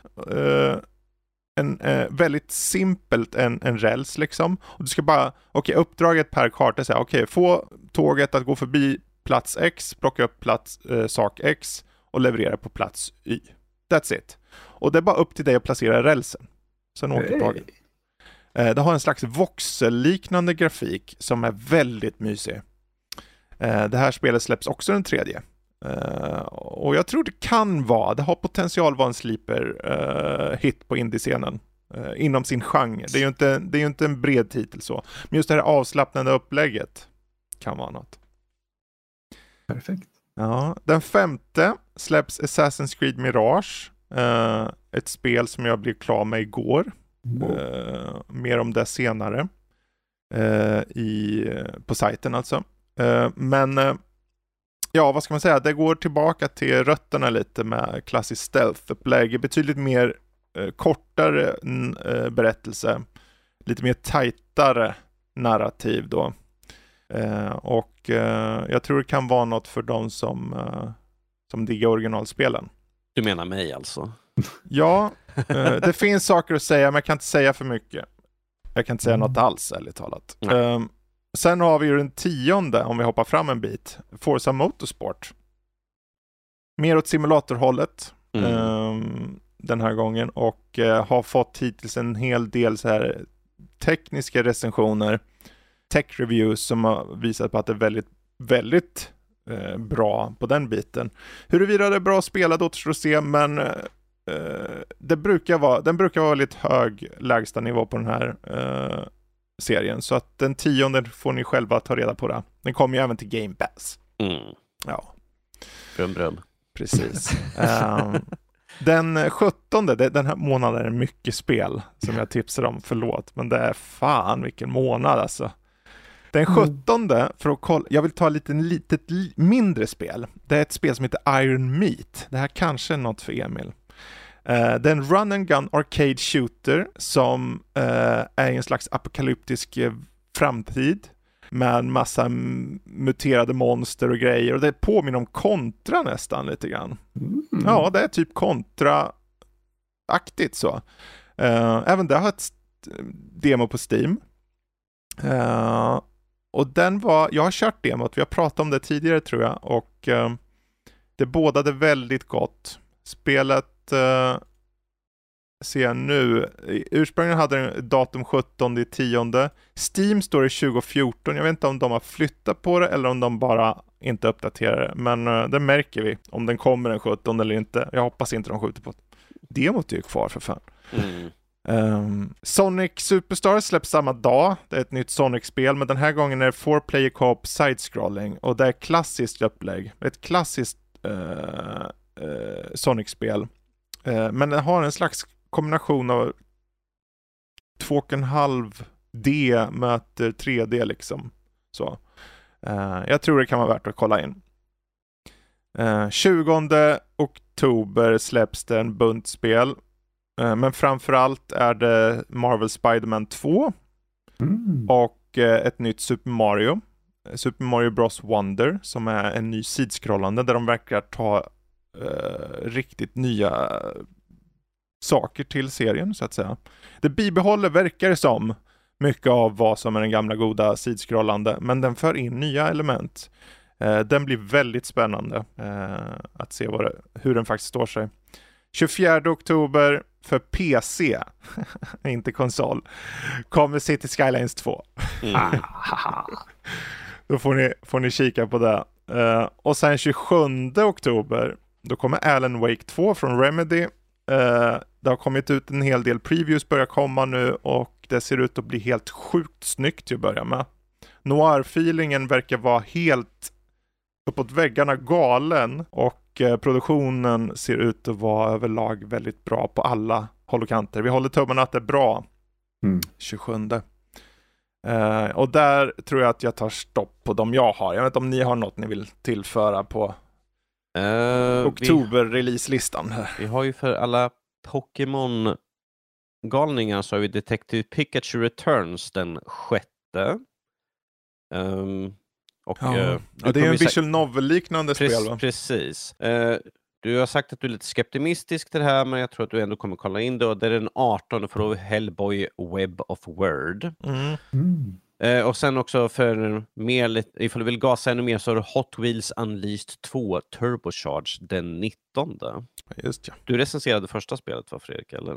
väldigt simpelt en räls liksom. Och du ska bara, uppdraget per karta säger få tåget att gå förbi plats X, plocka upp sak X och leverera på plats Y. That's it. Och det är bara upp till dig att placera rälsen. Sen åker tåget. Det har en slags voxelliknande grafik som är väldigt mysig. Det här spelet släpps också den 3. Och jag tror det har potential att vara en sleeper hit på indie-scenen inom sin genre. Det är ju inte en bred titel så. Men just det här avslappnande upplägget kan vara något. Perfekt. Ja, den 5 släpps Assassin's Creed Mirage. Ett spel som jag blev klar med igår. Mer om det senare på sajten alltså. Vad ska man säga? Det går tillbaka till rötterna lite med klassisk stealth-upplägg. Betydligt mer kortare berättelse. Lite mer tajtare narrativ då. Jag tror det kan vara något för de som diggar originalspelen. Du menar mig alltså? Ja, det finns saker att säga men jag kan inte säga för mycket. Jag kan inte säga något alls, ärligt talat. Sen har vi ju den 10:e, om vi hoppar fram en bit. Forza Motorsport. Mer åt simulatorhållet den här gången. Och har fått hittills en hel del så här tekniska recensioner. Tech reviews som har visat på att det är väldigt, väldigt bra på den biten. Huruvida det är bra spelat återstår att se, men den brukar vara lite hög lägsta nivå på den här serien. Så att den 10:e får ni själva ta reda på det. Den kommer ju även till Game Pass. Ja. Brum. Precis. Den 17:e, den här månaden är mycket spel som jag tipsar om, förlåt. Men det är fan vilken månad alltså. Den 17:e, för att kolla, jag vill ta litet mindre spel. Det är ett spel som heter Iron Meat. Det här kanske är något för Emil. Det är en run and gun arcade shooter som är en slags apokalyptisk framtid med en massa muterade monster och grejer. Och det påminner om Contra nästan lite grann. Ja, det är typ Contra-aktigt så. Även där har ett demo på Steam. Och jag har kört demot, vi har pratat om det tidigare tror jag. Och det bådade väldigt gott. Spelet ser jag nu. Ursprungligen hade den datum 17/10. Steam står i 2014. Jag vet inte om de har flyttat på det eller om de bara inte uppdaterar det. Men det märker vi om den kommer den 17 eller inte. Jag hoppas inte de skjuter på det. Demot är ju kvar för fan. Sonic Superstars släpps samma dag. Det är ett nytt Sonic-spel, men den här gången är det 4-player co-op side-scrolling och det är klassiskt upplägg. Ett klassiskt Sonic-spel. Men den har en slags kombination av 2,5D möter 3D liksom. Så. Jag tror det kan vara värt att kolla in. 20 oktober släpps det en bunt spel. Men framförallt är det Marvel Spider-Man 2 och ett nytt Super Mario Bros. Wonder, som är en ny sidskrollande där de verkar ta riktigt nya saker till serien så att säga. Det bibehåller, verkar som, mycket av vad som är den gamla goda sidskrollande, men den för in nya element. Den blir väldigt spännande att se hur den faktiskt står sig. 24 oktober för PC, inte konsol, kommer City Skylines 2. Då får ni kika på det. Och sen 27 oktober, då kommer Alan Wake 2 från Remedy. Det har kommit ut en hel del previews, börjar komma nu och det ser ut att bli helt sjukt snyggt till att börja med. Noir-feelingen verkar vara helt uppåt väggarna galen och produktionen ser ut att vara överlag väldigt bra på alla håll och kanter. Vi håller tummarna att det är bra. 27. Och där tror jag att jag tar stopp på de jag har. Jag vet inte om ni har något ni vill tillföra på oktober-release-listan. Vi har ju för alla Pokémon-galningar så har vi Detective Pikachu Returns den 6:e. Det är ju en visual novel-liknande spel, va? Precis. Du har sagt att du är lite skeptimistisk till det här, men jag tror att du ändå kommer kolla in det. Och det är den 18 för Hellboy Web of Word. Och sen också för mer, ifall du vill gasa ännu mer så har du Hot Wheels Unleashed 2 Turbocharge den 19. Just ja. Du recenserade första spelet, va, Fredrik? Eller?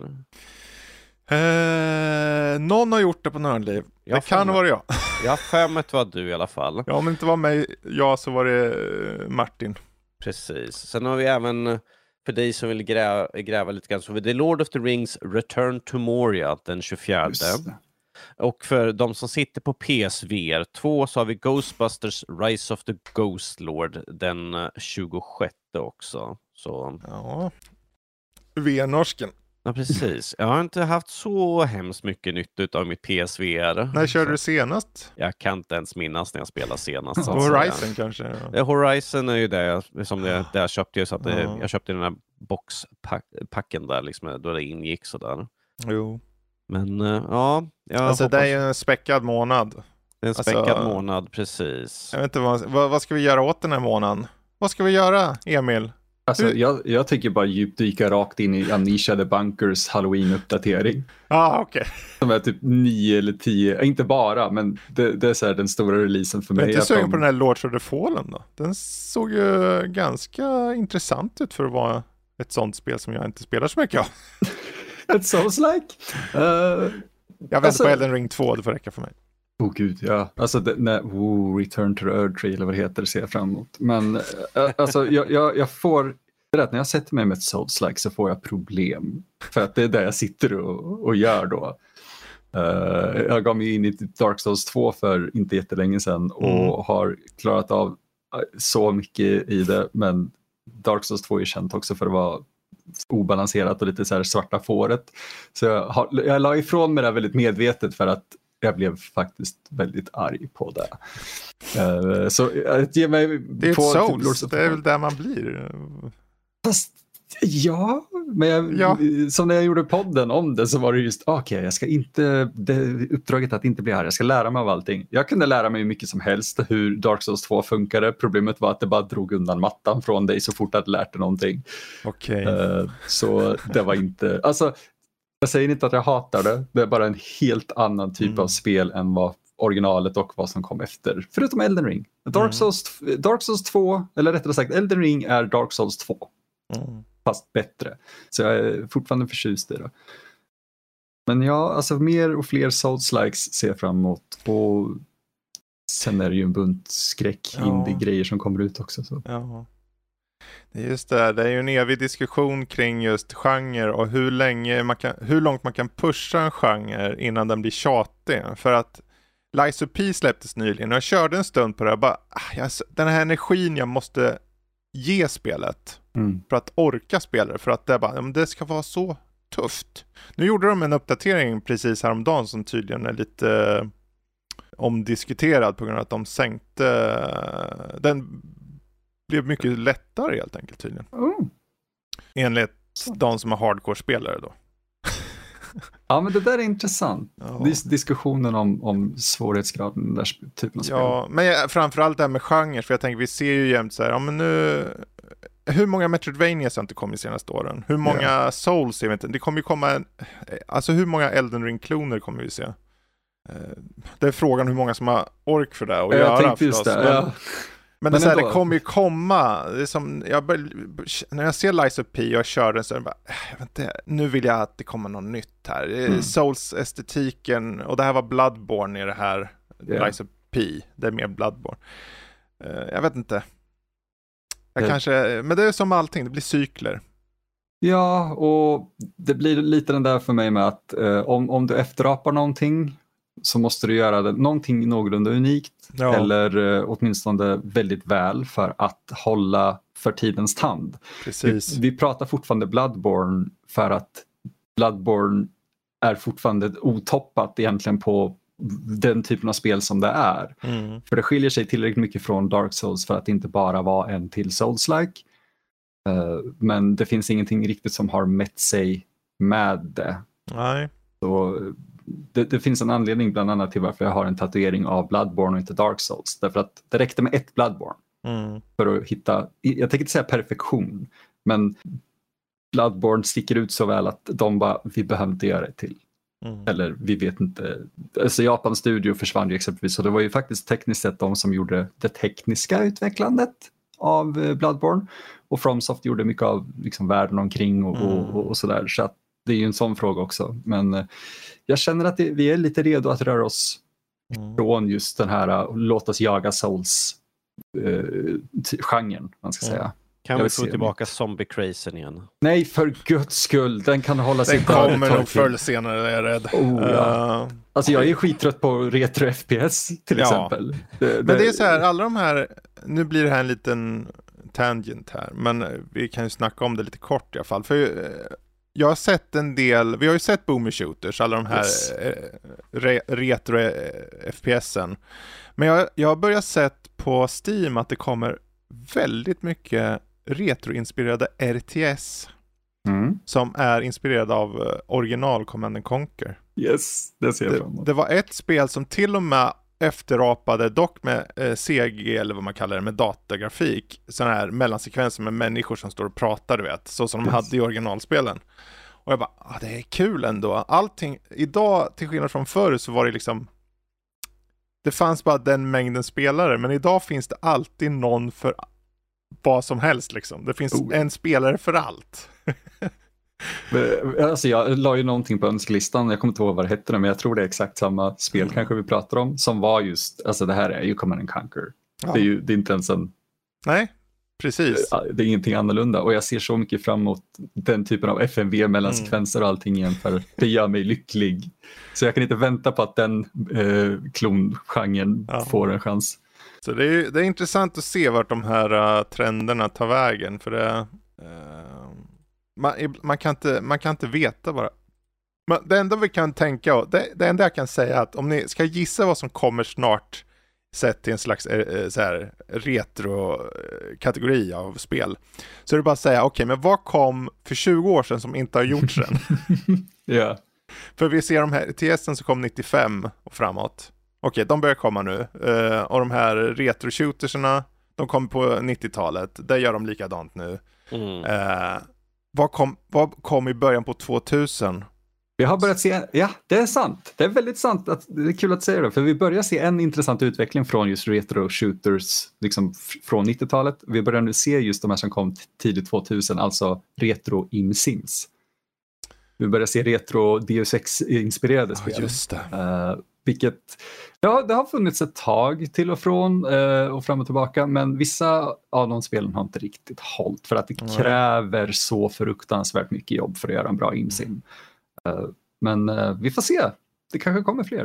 Någon har gjort det på Nördliv. Det kan vara jag. Jag har 5 var du i alla fall. Ja, om det inte var mig, så var det Martin. Precis. Sen har vi även, för dig som vill gräva lite grann, så har vi The Lord of the Rings Return to Moria den 24. Och för de som sitter på PSVR 2 så har vi Ghostbusters Rise of the Ghost Lord den 26 också. Så. Ja. VR-norsken. Ja, precis. Jag har inte haft så hemskt mycket nytta av mitt PSVR. När körde du senast? Jag kan inte ens minnas när jag spelade senast. Horizon kanske? Ja. Horizon är ju det som det där köpte jag, så att jag köpte den här boxpacken där liksom, då det ingick sådär. Jo. Men ja, alltså det är ju en späckad månad. Det är en späckad månad, precis. Jag vet inte vad ska vi göra åt den här månaden? Vad ska vi göra, Emil? Alltså, jag tycker bara djupdyka rakt in i Amnesia the Bunkers Halloween-uppdatering. Okej. Som är typ 9 eller 10, inte bara, men det är så här den stora releasen för mig. Jag är inte sugen på den här Lords of the Fallen då. Den såg ju ganska intressant ut för att vara ett sånt spel som jag inte spelar så mycket av. Ett Souls-like? Jag väntar på Elden Ring 2, det får räcka för mig. Gud, ja. Alltså, Return to the Erdtree eller vad det heter ser jag fram emot. Men alltså, jag får... Det är rätt, när jag sätter mig med ett Souls-like så får jag problem. För att det är där jag sitter och gör då. Jag gav mig in i Dark Souls 2 för inte jättelänge sedan och har klarat av så mycket i det. Men Dark Souls 2 är känt också för att vara obalanserat och lite så här svarta fåret. Så jag la ifrån mig det väldigt medvetet för att jag blev faktiskt väldigt arg på det. Så ge mig det är ett Souls, det är väl där man blir. Fast, ja, men som när jag gjorde podden om det så var det just, okej, jag ska inte, uppdraget att inte bli här, jag ska lära mig av allting. Jag kunde lära mig mycket som helst hur Dark Souls 2 funkade. Problemet var att det bara drog undan mattan från dig så fort jag hade lärt dig någonting. Okej. Så det var inte, alltså jag säger inte att jag hatar det, det är bara en helt annan typ av spel än vad originalet och vad som kom efter. Förutom Elden Ring. Dark Souls 2, eller rättare sagt Elden Ring är Dark Souls 2. Fast bättre. Så jag är fortfarande förtjust i det. Men ja, alltså mer och fler Souls-likes ser jag fram emot. Och sen är det ju en bunt indie-grejer som kommer ut också. Så. Ja. Det är just det är ju en evig diskussion kring just genre och hur långt man kan pusha en genre innan den blir tjatig. För att Lies of P släpptes nyligen och jag körde en stund på det och bara, den här energin jag måste ge spelet för att orka spela det, för att det ska vara så tufft. Nu gjorde de en uppdatering precis häromdagen som tydligen är lite omdiskuterad på grund av att de sänkte den blev mycket lättare helt enkelt tydligen. Enligt de som är hardcore-spelare då. Ja, men det där är intressant. Ja. Diskussionen om svårighetsgraden, den där typen av spel. Ja, men framförallt det här med genre, för jag tänker vi ser ju jämt så här, ja men nu hur många Metroidvanias har inte kommit de senaste åren? Hur många Souls, jag vet inte. Det kommer ju komma alltså hur många Elden Ring-kloner kommer vi se? Det är frågan hur många som har ork för det och jag tänkte just det, Men det kommer ju komma. Det är som, när jag ser Lies of P och jag kör den så är det bara, jag vet inte, nu vill jag att det kommer något nytt här. Souls-estetiken, och det här var Bloodborne i det här Lies of P. Det är mer Bloodborne. Jag vet inte. Men det är som allting, det blir cykler. Ja, och det blir lite den där för mig med att om du efterapar någonting så måste du göra någonting någorlunda unikt eller åtminstone väldigt väl för att hålla för tidens tand. Precis. Vi pratar fortfarande Bloodborne för att Bloodborne är fortfarande otoppat egentligen på den typen av spel som det är. För det skiljer sig tillräckligt mycket från Dark Souls för att inte bara vara en till Souls-like. Men det finns ingenting riktigt som har mätt sig med det. Nej. Så det finns en anledning bland annat till varför jag har en tatuering av Bloodborne och inte Dark Souls. Därför att det räckte med ett Bloodborne för att hitta, jag tänker inte säga perfektion, men Bloodborne sticker ut så väl att de bara, vi behöver inte göra det till. Eller vi vet inte. Alltså Japans studio försvann ju exempelvis, så det var ju faktiskt tekniskt sett de som gjorde det tekniska utvecklandet av Bloodborne. Och FromSoft gjorde mycket av liksom världen omkring och sådär. Så att det är ju en sån fråga också. Men jag känner att vi är lite redo att röra oss från just den här låt oss jaga Souls-genren, man ska säga. Kan vi få tillbaka zombie-crazen igen? Nej, för guds skull. Den kan hålla sig. Den kommer nog förr eller senare, är jag rädd. Alltså jag är skittrött på retro-FPS till exempel. Men det är så här, alla de här, nu blir det här en liten tangent här, men vi kan ju snacka om det lite kort i alla fall. För jag har sett en del, vi har ju sett boomer shooters, alla de här retro-FPSen. Men jag har börjat sett på Steam att det kommer väldigt mycket retroinspirerade RTS som är inspirerade av original Command & Conquer. Yes, det ser jag fram emot. Det var ett spel som till och med efterapade, dock med CG eller vad man kallar det, med datagrafik, sådana här mellansekvenser med människor som står och pratar, du vet, så som de hade i originalspelen. Och jag bara, det är kul ändå. Allting, idag till skillnad från förr så var det liksom, det fanns bara den mängden spelare, men idag finns det alltid någon för vad som helst liksom. Det finns en spelare för allt. Alltså jag la ju någonting på önskelistan, jag kommer inte ihåg vad det hette, men jag tror det är exakt samma spel kanske vi pratar om, som var just, alltså det här är ju Command & Conquer. Ja. Det är inte ens en... Nej, precis. Det är ingenting annorlunda, och jag ser så mycket fram emot den typen av FMV mellan sekvenser och allting igen, för det gör mig lycklig. Så jag kan inte vänta på att den klongenren får en chans. Så det är intressant att se vart de här trenderna tar vägen, för det... Man kan inte veta bara. Men det enda vi kan tänka, det enda jag kan säga är att om ni ska gissa vad som kommer snart sett till en slags så här retro-kategori av spel, så är det bara att säga, okej, men vad kom för 20 år sedan som inte har gjorts än? Ja. För vi ser de här TS:en som kom 95 och framåt. Okej, de börjar komma nu. Och de här retro-shooterserna, de kom på 90-talet. Där gör de likadant nu. Vad kom i början på 2000? Vi har börjat se, ja, det är sant. Det är väldigt sant. Det är kul att säga det, för vi börjar se en intressant utveckling från just retro shooters liksom från 90-talet. Vi börjar nu se just de här som kom tidigt 2000, alltså retro Sims. Vi börjar se retro Deus Ex-inspirerade spel. Just det. Vilket, ja, det har funnits ett tag till och från och fram och tillbaka, men vissa av de spelen har inte riktigt hållit, för att det kräver så fruktansvärt mycket jobb för att göra en bra insim. Men vi får se. Det kanske kommer fler.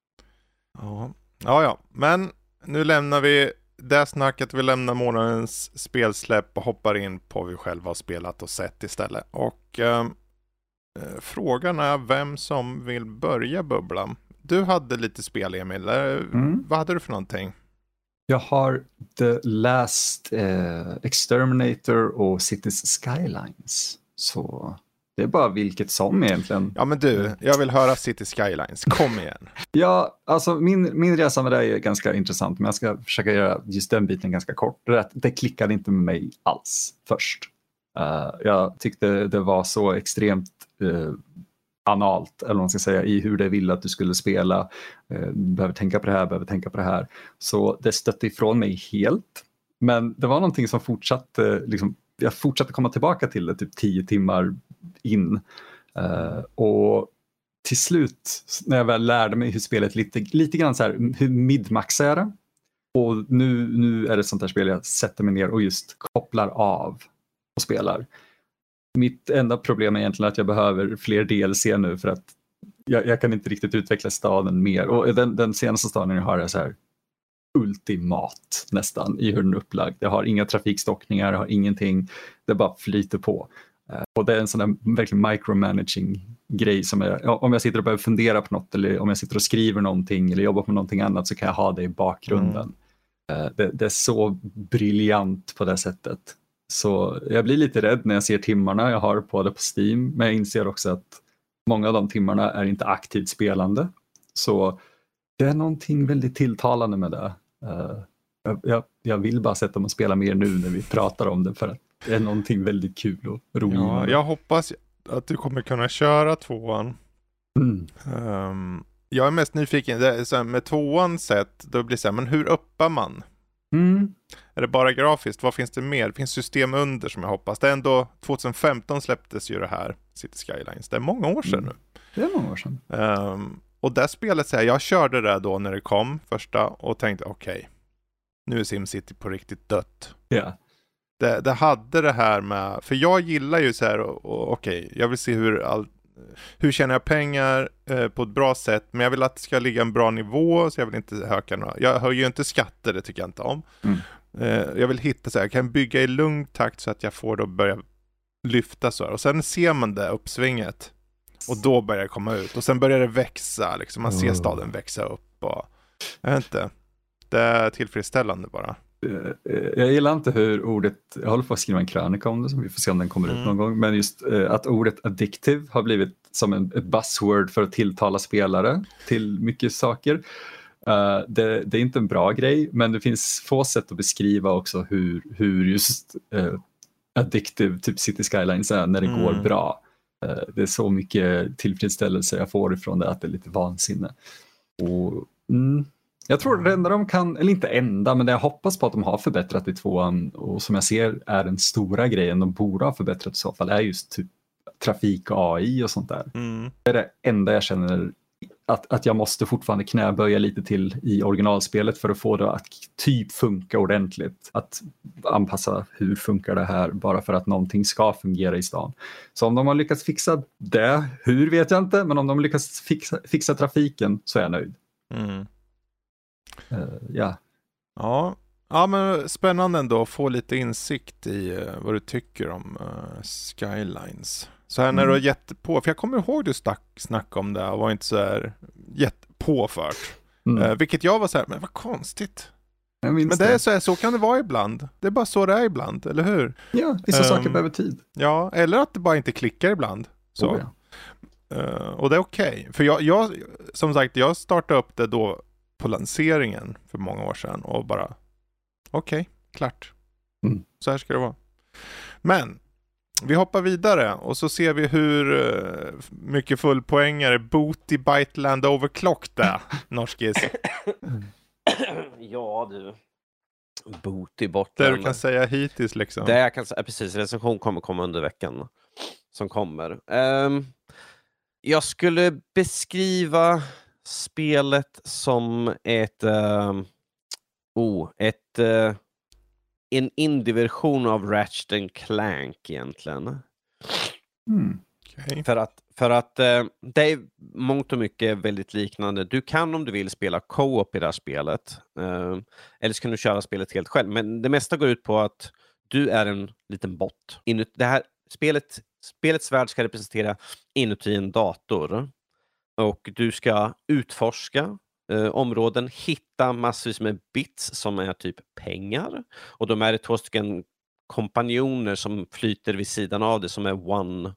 Ja. Men nu lämnar vi det snacket. Vi lämnar månadens spelsläpp och hoppar in på vad vi själva har spelat och sett istället. Och frågan är vem som vill börja bubbla. Du hade lite spel, Emil. Vad hade du för någonting? Jag har The Last Exterminator och Cities Skylines. Så det är bara vilket som egentligen. Ja, men du, jag vill höra Cities Skylines. Kom igen. Ja, alltså min resa med det är ganska intressant, men jag ska försöka göra just den biten ganska kort. Det klickade inte med mig alls först. Jag tyckte det var så extremt analt, eller vad man ska säga, i hur det ville att du skulle spela. Behöver tänka på det här. Så det stötte ifrån mig helt. Men det var någonting som fortsatte, liksom, jag fortsatte komma tillbaka till det typ 10 timmar in. Och till slut, när jag väl lärde mig hur spelet lite grann så här, hur midmax är det? Och nu är det sånt här spel jag sätter mig ner och just kopplar av och spelar. Mitt enda problem är egentligen att jag behöver fler DLC nu, för att jag kan inte riktigt utveckla staden mer. Och den senaste staden jag har är så här ultimat nästan i hur den är upplagd. Jag har inga trafikstockningar, jag har ingenting. Det bara flyter på. Och det är en sån där verkligen micromanaging grej som om jag sitter och behöver fundera på något, eller om jag sitter och skriver någonting eller jobbar på någonting annat, så kan jag ha det i bakgrunden. Det är så briljant på det sättet. Så jag blir lite rädd när jag ser timmarna jag har på det på Steam, men jag inser också att många av de timmarna är inte aktivt spelande. Så det är någonting väldigt tilltalande med det. Jag vill bara sätta mig och spela mer nu när vi pratar om det, för att det är någonting väldigt kul och roligt. Ja, jag hoppas att du kommer kunna köra 2:an. Jag är mest nyfiken, med 2:an sett, då blir det så här, men hur uppar man? Är det bara grafiskt? Vad finns det mer? Det finns system under som jag hoppas. Det är ändå 2015 släpptes ju det här Cities Skylines. Det är många år sedan nu. Det är många år sedan. Och det spelet, så här, jag körde det då när det kom första och tänkte okej, nu är SimCity på riktigt dött. Yeah. Det hade det här med, för jag gillar ju så här, okej, jag vill se hur tjänar jag pengar på ett bra sätt, men jag vill att det ska ligga en bra nivå, så jag vill inte höja några. Jag höjer ju inte skatter, det tycker jag inte om. Jag vill hitta så här, jag kan bygga i lugn takt så att jag får då börja lyfta så här. Och sen ser man det uppsvinget och då börjar det komma ut och sen börjar det växa liksom, man ser staden växa upp och jag vet inte, det är tillfredsställande bara. Jag gillar inte hur ordet, jag håller på att skriva en krönika om det, så vi får se om den kommer ut någon gång, men just att ordet addictive har blivit som ett buzzword för att tilltala spelare till mycket saker. Det är inte en bra grej, men det finns få sätt att beskriva också hur just addictive typ City Skylines är när det går bra. Det är så mycket tillfredsställelse jag får ifrån det att det är lite vansinne. Och, jag tror det enda de kan, eller inte enda, men det jag hoppas på att de har förbättrat i 2:an och som jag ser är den stora grejen de borde ha förbättrat i så fall är just typ trafik och AI och sånt där. Det är det enda jag känner att jag måste fortfarande knäböja lite till i originalspelet för att få det att typ funka ordentligt. Att anpassa hur funkar det här bara för att någonting ska fungera i stan. Så om de har lyckats fixa det, hur vet jag inte, men om de lyckas fixa trafiken så är jag nöjd. Ja, men spännande ändå att få lite insikt i vad du tycker om Skylines. Så här när du har gett på, för jag kommer ihåg du snackade om det och var inte så här påfört. Vilket jag var så här, men vad konstigt. Men det är så här, så kan det vara ibland. Det är bara så det är ibland, eller hur? Ja, vissa saker behöver tid. Ja, eller att det bara inte klickar ibland. Så. Och det är okej. För jag, som sagt, jag startade upp det då på lanseringen för många år sedan och bara okej, klart. Så här ska det vara. Men vi hoppar vidare och så ser vi hur mycket fullpoängare Booty Byteland Overclocked är, norskis. Ja du. Booty borta. Det du kan säga hittills liksom. Det jag kan säga, precis, recension kommer komma under veckan som kommer. Jag skulle beskriva spelet som en indie-version av Ratchet & Clank egentligen. Okay. För att det är mångt och mycket väldigt liknande. Du kan om du vill spela co-op i det här spelet. Eller så kan du köra spelet helt själv. Men det mesta går ut på att du är en liten bot. Det här spelets värld ska representera inuti en dator. Och du ska utforska områden, hitta massvis med bits som är typ pengar. Och de är 2 stycken kompanjoner som flyter vid sidan av det som är One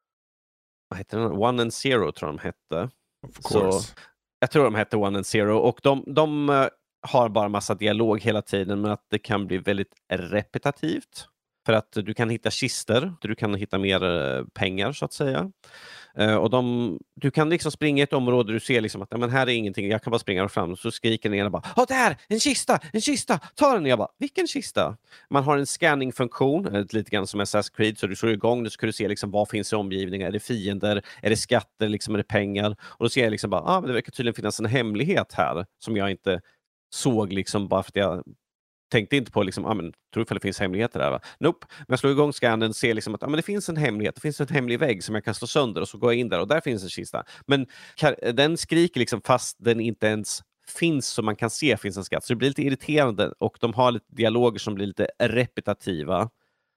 and Zero tror de hette. Så, jag tror de hette One and Zero. Och de har bara massa dialog hela tiden, men att det kan bli väldigt repetitivt. För att du kan hitta kister, du kan hitta mer pengar så att säga. Och du kan liksom springa i ett område du ser liksom att men här är ingenting, jag kan bara springa fram. Så skriker den ena bara, där! En kista! Ta den! Och jag bara, vilken kista? Man har en scanning-funktion, lite grann som Assassin's Creed, så du slår igång, då ska du se liksom, vad finns i omgivningen, är det fiender, är det skatter, liksom, är det pengar? Och då ser jag liksom bara, men det verkar tydligen finnas en hemlighet här som jag inte såg liksom bara för att jag tänkte inte på liksom, tror ifall det finns hemligheter där va? Nope. Men jag slår igång scannen och ser liksom att det finns en hemlighet. Det finns en hemlig vägg som jag kan slå sönder och så går jag in där och där finns en kista. Men den skriker liksom fast den inte ens finns så man kan se finns en skatt. Så det blir lite irriterande och de har lite dialoger som blir lite repetitiva.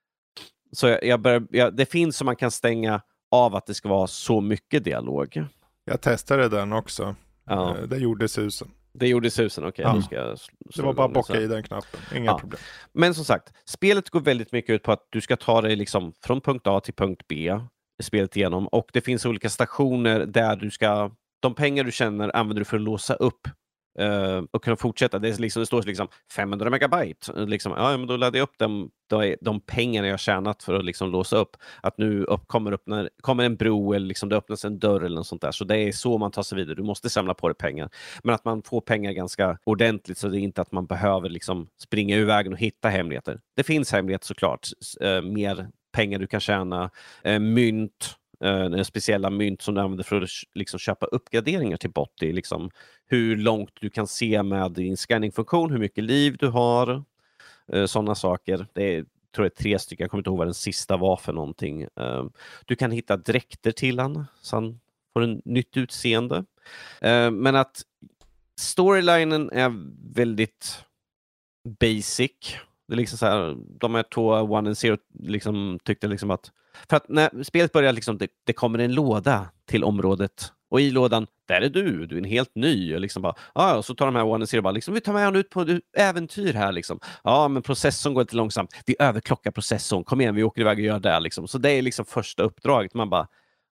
Så det finns som man kan stänga av att det ska vara så mycket dialog. Jag testade den också. Ja. Det gjorde susen. Det gjorde susen, okej. Ja. Det var bara att bocka i den knappen, inga problem. Men som sagt, spelet går väldigt mycket ut på att du ska ta dig liksom från punkt A till punkt B, spelet igenom, och det finns olika stationer där du ska, de pengar du känner använder du för att låsa upp och kunna fortsätta. Det står liksom 500 megabyte. Liksom, men då laddar jag upp de pengarna jag tjänat för att liksom låsa upp. Att nu kommer en bro eller liksom det öppnas en dörr eller något sånt där. Så det är så man tar sig vidare. Du måste samla på dig pengar. Men att man får pengar ganska ordentligt så det är inte att man behöver liksom springa ur vägen och hitta hemligheter. Det finns hemligheter såklart. Mer pengar du kan tjäna. Mynt. Speciella mynt som du använder för att liksom köpa uppgraderingar till Botti, liksom hur långt du kan se med din scanning-funktion, hur mycket liv du har, sådana saker. Det tror jag är 3 stycken, jag kommer inte ihåg vad den sista var för någonting. Du kan hitta dräkter till han så han får en nytt utseende. Men att storylinen är väldigt basic. Det är liksom så här, de här 2 One and Zero liksom tyckte liksom att för att när spelet börjar liksom, det kommer en låda till området och i lådan, där är du är en helt ny och liksom bara, och så tar de här One and Zero bara liksom, vi tar med honom ut på äventyr här liksom. Men processorn går lite långsamt, vi överklockar processorn, kom igen, vi åker iväg och gör det liksom. Så det är liksom första uppdraget, man bara,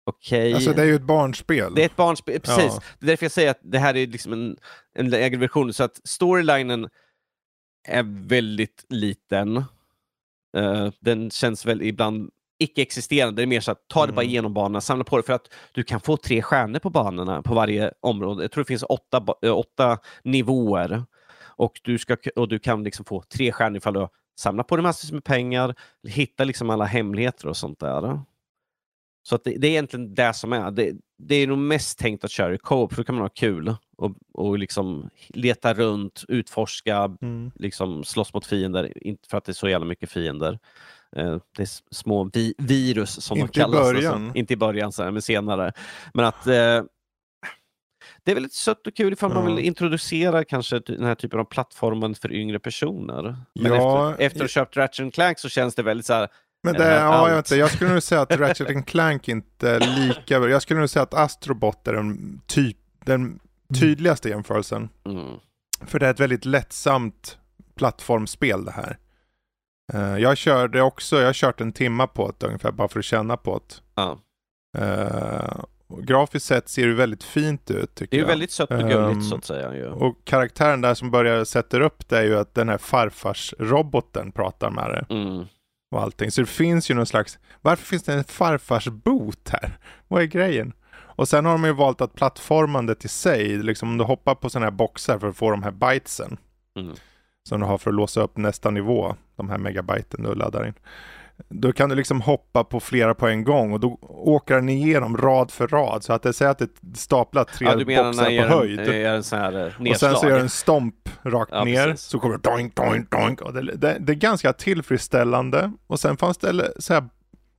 Okej. Alltså det är ju ett barnspel. Det är ett barnspel, precis. Ja. Det är därför jag säger att det här är liksom en lägre version. Så att storylinen är väldigt liten. Den känns väl ibland icke-existerande. Det är mer så att ta det bara igenom banorna, samla på det, för att du kan få 3 stjärnor på banorna på varje område. Jag tror det finns 8 nivåer. Och du kan liksom få 3 stjärnor ifall du samlar på dig massor med pengar, hitta liksom alla hemligheter och sånt där. Så att det är egentligen det som är. Det är nog mest tänkt att köra i co-op, för då kan man ha kul och liksom leta runt, utforska, liksom slåss mot fiender, inte för att det är så jävla mycket fiender. Det är små virus som inte de kallas. I början. Alltså, inte i början, men senare. Men att det är väldigt sött och kul ifall man vill introducera kanske den här typen av plattformen för yngre personer. Men efter att ha köpt Ratchet & Clank så känns det väldigt så här. Men jag skulle nog säga att Ratchet & Clank inte är lika. Jag skulle nog säga att Astrobot är den tydligaste jämförelsen. För det är ett väldigt lättsamt plattformspel det här. Jag har kört en timma på det ungefär bara för att känna på det. Grafiskt sett ser det väldigt fint ut, tycker jag. Det är väldigt sött och gulligt så att säga. Ja. Och karaktären där som börjar sätta upp det är ju att den här farfarsroboten pratar med det. Och allting. Så det finns ju någon slags, varför finns det en farfarsbot här? Vad är grejen? Och sen har de ju valt att plattformandet i sig, liksom om du hoppar på sådana här boxar för att få de här bytesen som du har för att låsa upp nästa nivå, de här megabyten du laddar in. Då kan du liksom hoppa på flera på en gång och då åker den igenom rad för rad, så att det säger att det staplar 3 boxar på höjd. En sån här och sen så gör en stomp rakt ner, precis. så kommer det doink, doink, doink. Och det är ganska tillfredsställande. Och sen fanns det så här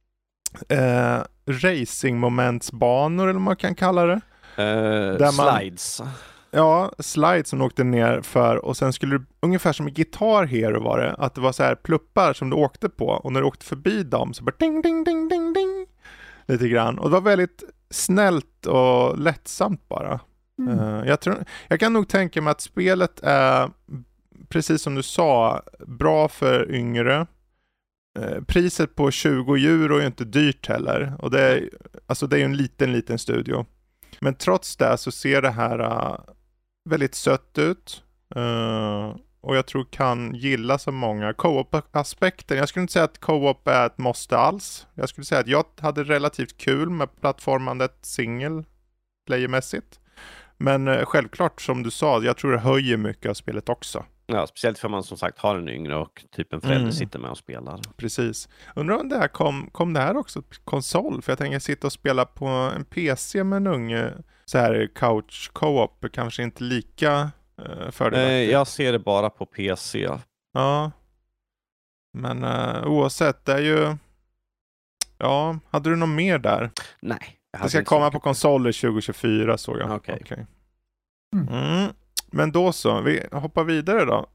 racingmomentsbanor, eller vad man kan kalla det. Slides. Slides som du åkte ner för, och sen skulle du, ungefär som i Guitar Hero var det, att det var så här pluppar som du åkte på, och när du åkte förbi dem så bara ding, ding, ding, ding, ding, lite grann. Och det var väldigt snällt och lättsamt bara. Jag kan nog tänka mig att spelet är, precis som du sa, bra för yngre. Priset på 20 euro är ju inte dyrt heller, och det är ju en liten studio. Men trots det så ser det här väldigt sött ut. Och jag tror kan gilla så många. Co-op-aspekten. Jag skulle inte säga att co-op är ett måste alls. Jag skulle säga att jag hade relativt kul med plattformandet single playermässigt. Men självklart, som du sa, jag tror det höjer mycket av spelet också. Ja, speciellt för man som sagt har en yngre och typ en förälder sitter med och spelar. Precis. Undrar om det här kom det här också på konsol? För jag tänker sitta och spela på en PC med en unge, så här couch co-op, kanske inte lika fördelaktigt. Jag ser det bara på PC. Ja. Men oavsett, det är ju... Ja, hade du något mer där? Nej. Det ska komma på konsoler 2024, såg jag. Okej. Men då så, vi hoppar vidare då.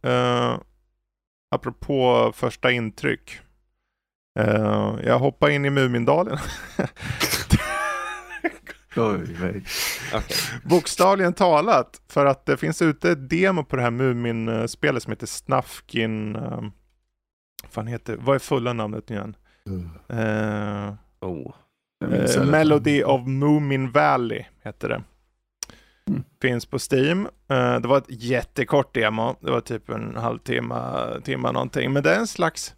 Apropå första intryck. Jag hoppar in i Mumindalen. Okay. Bokstavligen talat, för att det finns ute ett demo på det här Mumin-spelet som heter Snufkin. Vad är fulla namnet igen? Melody of Moomin Valley heter det. Finns på Steam. Det var ett jättekort demo. Det var typ en halvtimme någonting. Men det är en slags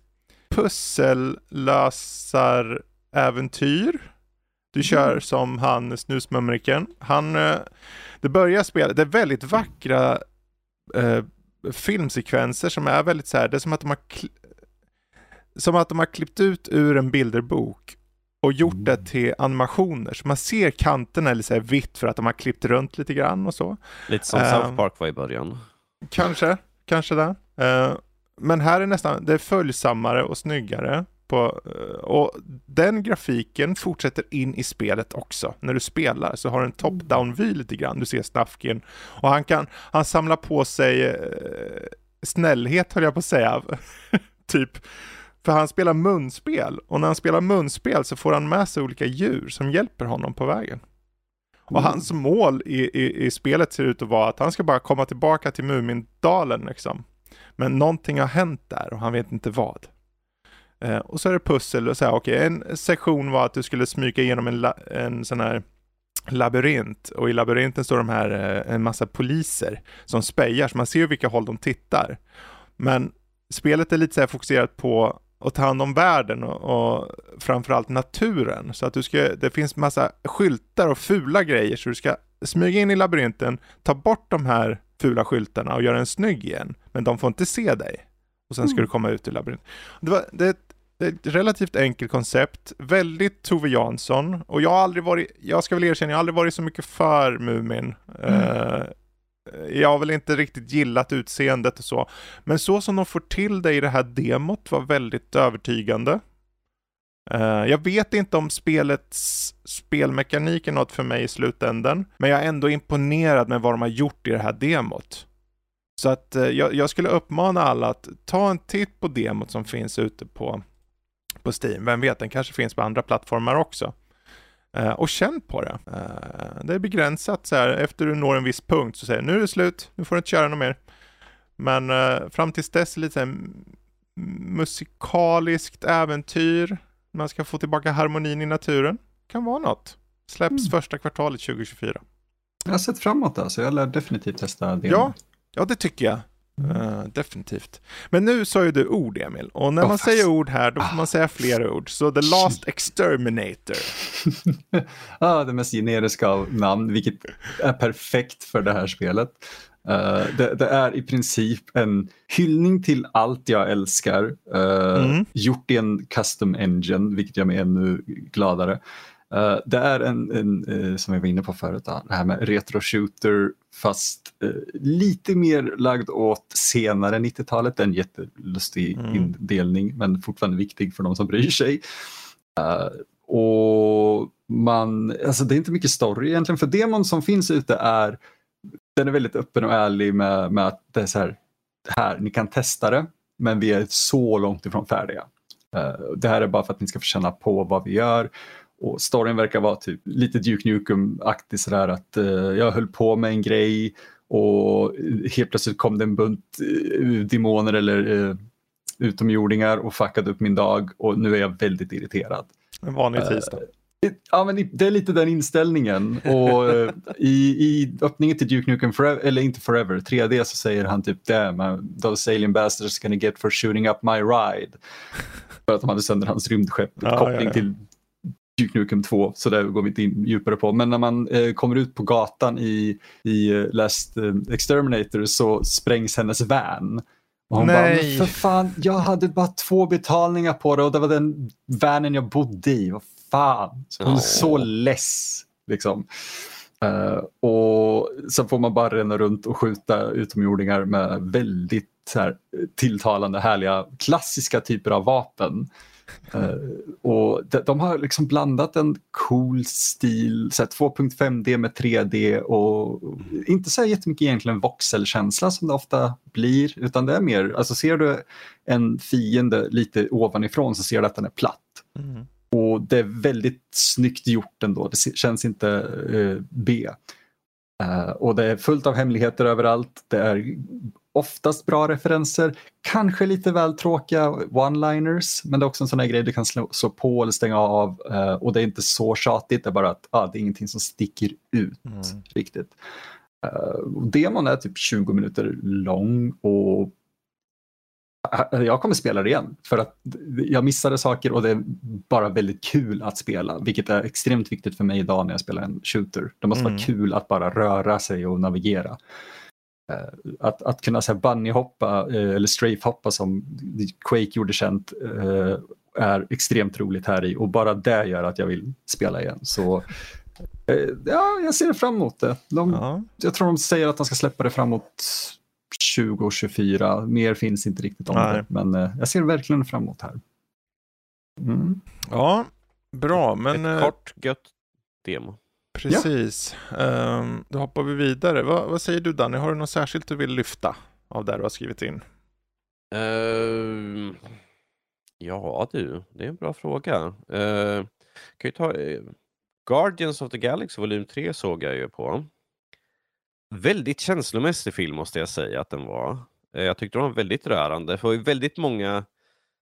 pussellösar-äventyr. Du kör som han snusmumriken. Det börjar spela. Det är väldigt vackra filmsekvenser som är väldigt så här. Det är som att de har klippt ut ur en bilderbok och gjort det till animationer. Så man ser kanterna eller så här vitt för att de har klippt runt lite grann och så. Lite som South Park var i början. Kanske det. Men här är det är följsammare och snyggare. Och den grafiken fortsätter in i spelet också. När du spelar så har du en top-down-vy lite grann. Du ser Snufkin. Och han samlar på sig snällhet, höll jag på att säga. Typ. För han spelar munspel. Och när han spelar munspel så får han med sig olika djur som hjälper honom på vägen. Och hans mål i spelet ser ut att vara att han ska bara komma tillbaka till Mumindalen liksom. Men någonting har hänt där och han vet inte vad. Och så är det pussel och så här, okej, en sektion var att du skulle smyga igenom en sån här labyrint, och i labyrinten står de här en massa poliser som spejar, så man ser vilka håll de tittar. Men spelet är lite så här fokuserat på att ta hand om världen och framförallt naturen, så att det finns massa skyltar och fula grejer, så du ska smyga in i labyrinten, ta bort de här fula skyltarna och göra en snygg igen, men de får inte se dig. Och sen ska du komma ut ur labyrinten. Det är ett relativt enkelt koncept, väldigt Tove Jansson, och jag ska väl erkänna, jag har aldrig varit så mycket för Mumin. Jag har väl inte riktigt gillat utseendet och så, men så som de får till det i det här demot var väldigt övertygande. Jag vet inte om spelets spelmekanik är något för mig i slutändan, men jag är ändå imponerad med vad de har gjort i det här demot. Så att jag skulle uppmana alla att ta en titt på demot som finns ute på Steam. Vem vet, den kanske finns på andra plattformar också. Och känn på det. Det är begränsat så här, efter du når en viss punkt så säger nu är det slut, nu får du inte köra något mer. Men fram tills dess lite så här, musikaliskt äventyr. Man ska få tillbaka harmonin i naturen. Kan vara något. Släpps första kvartalet 2024. Jag har sett framåt så jag lär definitivt testa det. Ja, det tycker jag. Definitivt. Men nu sa ju du ord, Emil. Och när man säger ord här, då får man säga flera ord. Så The Last Exterminator. Det mest generiska av namn, vilket är perfekt för det här spelet. Det är i princip en hyllning till allt jag älskar. Gjort i en custom engine, vilket gör mig ännu gladare. Det är en som jag var inne på förut, det här med retro shooter, fast lite mer lagd åt senare 90-talet. En jättelustig indelning, men fortfarande viktig för de som bryr sig. Och alltså det är inte mycket story egentligen, för demon som finns ute den är väldigt öppen och ärlig med att det är så här, ni kan testa det, men vi är så långt ifrån färdiga. Det här är bara för att ni ska få känna på vad vi gör. Och storyn verkar vara typ lite Duke Nukem-aktig sådär, att jag höll på med en grej och helt plötsligt kom det en bunt demoner eller utomjordingar och fuckade upp min dag, och nu är jag väldigt irriterad. En vanlig tisdag. Ja, men det är lite den inställningen. Och i öppningen till Duke Nukem Forever, eller inte Forever, 3D, så säger han typ damn, those alien bastards gonna get for shooting up my ride. För att de hade sönder hans rymdskepp. Koppling till Duke Nukem 2, så där går vi inte in djupare på. Men när man kommer ut på gatan i Last Exterminator så sprängs hennes van. Och hon bara, men för fan, jag hade bara 2 betalningar på det och det var den vanen jag bodde i. Vad fan. Hon är så less liksom. Och så får man bara ränna runt och skjuta utomjordingar med väldigt så här, tilltalande, härliga, klassiska typer av vapen. Och de har liksom blandat en cool stil, så 2.5D med 3D och inte så jättemycket egentligen voxelkänsla som det ofta blir, utan det är mer, alltså ser du en fiende lite ovanifrån så ser du att den är platt. Och det är väldigt snyggt gjort ändå, det känns inte B. Och det är fullt av hemligheter överallt, det är oftast bra referenser, kanske lite väl tråkiga one-liners, men det är också en sån här grej du kan slå på eller stänga av, och det är inte så tjatigt, det är bara att det är ingenting som sticker ut riktigt. Demon är typ 20 minuter lång och jag kommer spela det igen för att jag missade saker och det är bara väldigt kul att spela, vilket är extremt viktigt för mig idag när jag spelar en shooter. Det måste vara kul att bara röra sig och navigera. Att kunna säga bunnyhoppa eller strafehoppa som Quake gjorde känt är extremt roligt här i, och bara det gör att jag vill spela igen. Så ja, jag ser fram emot det. Jag tror de säger att de ska släppa det framåt 2024. Mer finns inte riktigt om det, men jag ser verkligen fram emot här. Ja, bra, men ett kort gött demo. Precis. Då hoppar vi vidare. Vad säger du, Danny? Har du något särskilt du vill lyfta av det du har skrivit in? Ja du, det är en bra fråga. Kan ju ta Guardians of the Galaxy volym 3 såg jag ju på. Väldigt känslomässig film måste jag säga att den var. Jag tyckte den var väldigt rörande. För det var ju väldigt många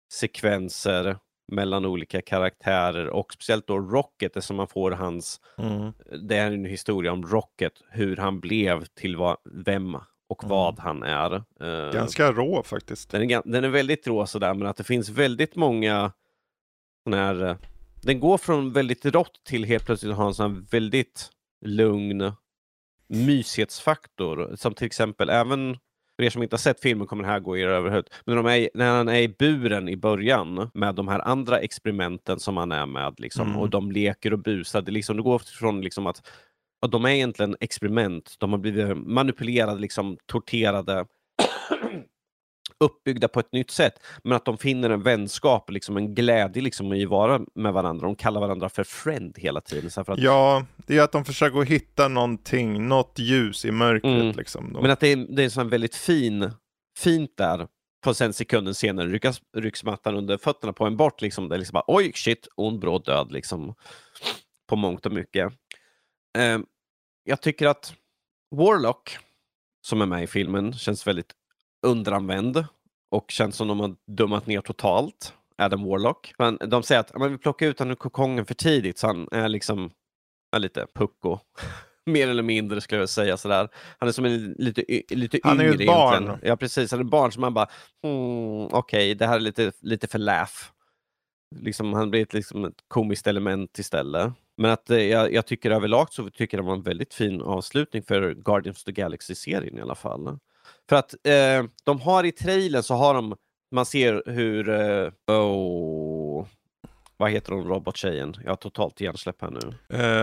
sekvenser mellan olika karaktärer och speciellt då Rocket, eftersom man får hans det är en historia om Rocket, hur han blev till vem och vad han är. Ganska rå faktiskt. Den är väldigt rå sådär, men att det finns väldigt många här, den går från väldigt rått till helt plötsligt att ha en sån här väldigt lugn myshetsfaktor, som till exempel, även för er som inte har sett filmen kommer det här gå er över huvudet, men när han är i buren i början med de här andra experimenten som han är med liksom, och de leker och busar, det går från liksom att de är egentligen experiment, de har blivit manipulerade, liksom torterade, uppbyggda på ett nytt sätt, men att de finner en vänskap, liksom en glädje liksom i att vara med varandra. De kallar varandra för friend hela tiden. Så för att... Ja, det är att de försöker hitta något ljus i mörkret. Liksom. Men att det är så väldigt fint där. På sen sekunden senare rycks mattan under fötterna på en bort. Liksom, det är liksom bara, oj, shit, ond bråd död. Liksom, på mångt och mycket. Jag tycker att Warlock, som är med i filmen, känns väldigt underanvänd och känns som de har dummat ner totalt Adam Warlock. Men de säger att vi plockar ut honom ur kokongen för tidigt, så han är liksom lite pucko. Mer eller mindre skulle jag säga sådär. Han är som en lite han yngre är ju ett barn. egentligen. Ja, precis. Han är ett barn som man bara okej, det här är lite för laugh. Liksom, han blir ett komiskt element istället. Men att jag tycker överlag så tycker det var en väldigt fin avslutning för Guardians of the Galaxy-serien i alla fall. För att de har i trailern så har man ser hur vad heter hon, robottjejen? Jag har totalt hjärnsläpp här nu.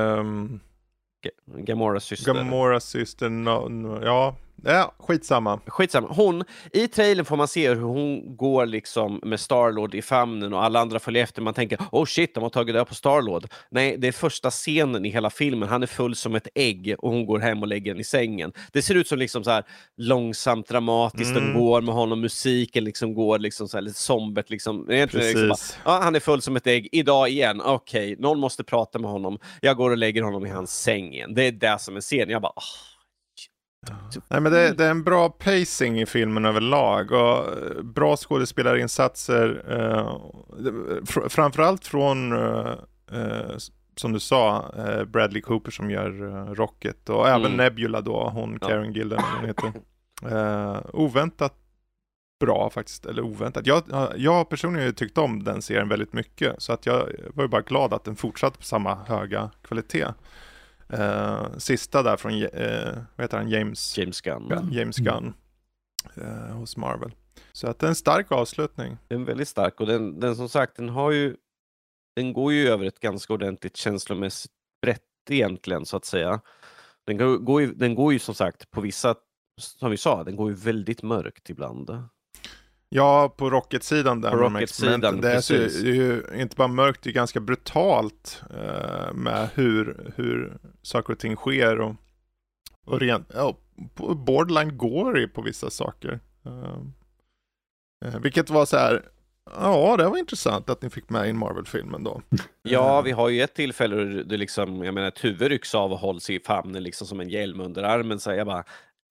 Gamoras syster. Ja, skitsamma. Hon, i trailern får man se hur hon går liksom med Star-Lord i famnen och alla andra följer efter. Man tänker, oh shit, de har tagit det på Star-Lord. Nej, det är första scenen i hela filmen. Han är full som ett ägg och hon går hem och lägger den i sängen. Det ser ut som liksom så här långsamt, dramatiskt. Den går med honom, musiken liksom går liksom så här lite sombert liksom. Egentligen liksom bara, han är full som ett ägg idag igen. Okej, någon måste prata med honom. Jag går och lägger honom i hans säng igen. Det är det som är scenen. Jag bara, Nej, men det är en bra pacing i filmen överlag och bra skådespelarinsatser, framförallt från som du sa, Bradley Cooper som gör Rocket och även Nebula då, hon Karen Gillan heter. Oväntat bra faktiskt, eller oväntat. Jag personligen har tyckt om den serien väldigt mycket, så att jag var ju bara glad att den fortsatte på samma höga kvalitet. Sista där från vad heter han? James Gunn hos Marvel. Så att det är en stark avslutning. Den är väldigt stark och den som sagt, den går ju över ett ganska ordentligt känslomässigt brett egentligen, så att säga. Den går ju som sagt på vissa, som vi sa, den går ju väldigt mörkt ibland. Ja, på Rocket-sidan där. På Rocket-sidan, det är ju inte bara mörkt, det är ganska brutalt med hur saker och ting sker och borderline går på vissa saker. Vilket var så här, ja, det var intressant att ni fick med in Marvel-filmen då. Ja, vi har ju ett tillfälle där det liksom, jag menar, ett huvud rycks av och hålls i famnen liksom som en hjälm under armen, så jag bara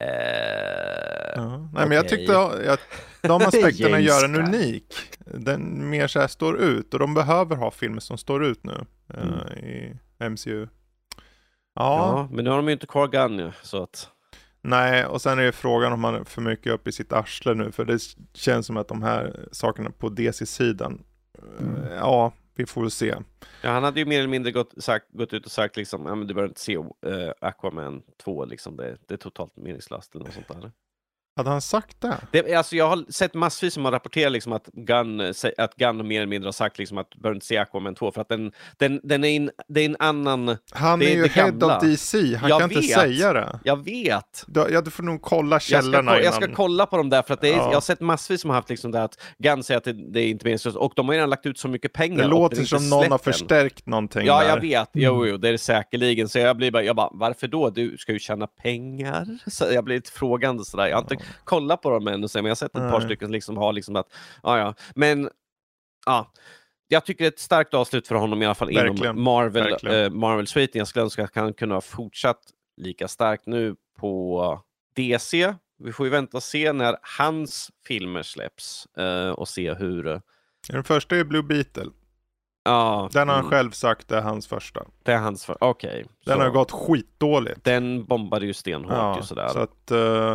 nej, men jag tyckte de aspekterna gör den unik. Den mer så här står ut, och de behöver ha filmer som står ut nu i MCU. Ja, men nu har de ju inte kvar Gunn, så att... Nej, och sen är det frågan om man är för mycket upp i sitt arsle nu, för det känns som att de här sakerna på DC-sidan ja, vi får väl se. Ja, han hade ju mer eller mindre gått ut och sagt liksom, ja, men du behöver inte se Aquaman 2 liksom, det är totalt meningslöst eller något sånt där. Hade han sagt det? Alltså jag har sett massvis som har rapporterat liksom att Gunn mer eller mindre har sagt liksom att du behöver inte se Aquaman 2 för att det är en annan... Han är ju head of DC, han kan inte säga det. Jag vet. Du får nog kolla källorna jag ska kolla på dem där, för att jag har sett massvis som har haft liksom det att Gunn säger att det är inte meningslöst, och de har redan lagt ut så mycket pengar. Det låter som någon har förstärkt någonting där. Jag vet. Jo, det är det säkerligen. Så jag bara, varför då? Du ska ju tjäna pengar. Så jag blir lite frågande sådär. Jag har inte kollat på dem än, men jag har sett ett par stycken liksom har liksom att, men jag tycker det är ett starkt avslut för honom i alla fall inom Marvel-sviten. Jag skulle önska att han kunde ha fortsatt lika starkt nu på DC. Vi får ju vänta och se när hans filmer släpps och se hur Den första är Blue Beetle. Ja. Den har han själv sagt är hans första. Det är hans första, okej. Den har gått skitdåligt. Den bombade ju stenhårt ju sådär. Så att,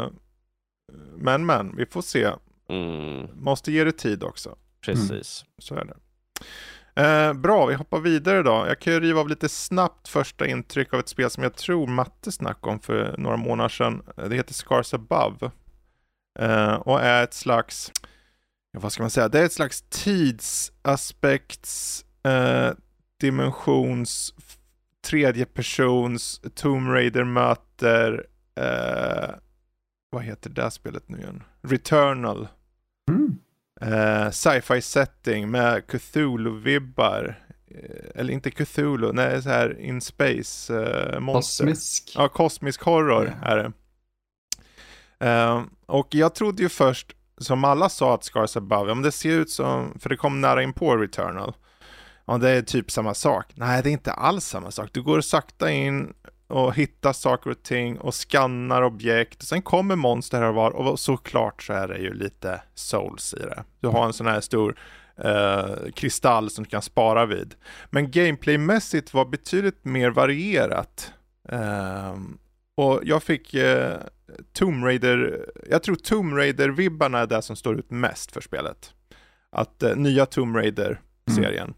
men, vi får se. Måste ge det tid också. Precis. Så är det. Bra, vi hoppar vidare då. Jag kan ju riva av lite snabbt första intryck av ett spel som jag tror Matte snackade om för några månader sedan. Det heter Scars Above. Och är ett slags, vad ska man säga? Det är ett slags tidsaspekts, dimensions, tredje persons, Tomb Raider möter, vad heter det spelet nu igen? Returnal. Sci-fi setting med Cthulhu-vibbar. Eller inte Cthulhu, nej, så här in space monster. Kosmisk. Ja, kosmisk horror är det. Och jag trodde ju först, som alla sa, att Scars Above, om det ser ut som, för det kom nära in på Returnal, ja, det är typ samma sak. Nej, det är inte alls samma sak. Du går sakta in och hittar saker och ting och skannar objekt. Sen kommer monster här och var, och såklart så är det ju lite souls i det. Du har en sån här stor kristall som du kan spara vid. Men gameplaymässigt var betydligt mer varierat. Och jag fick Tomb Raider, jag tror Tomb Raider-vibbarna är det som står ut mest för spelet. Att nya Tomb Raider-serien.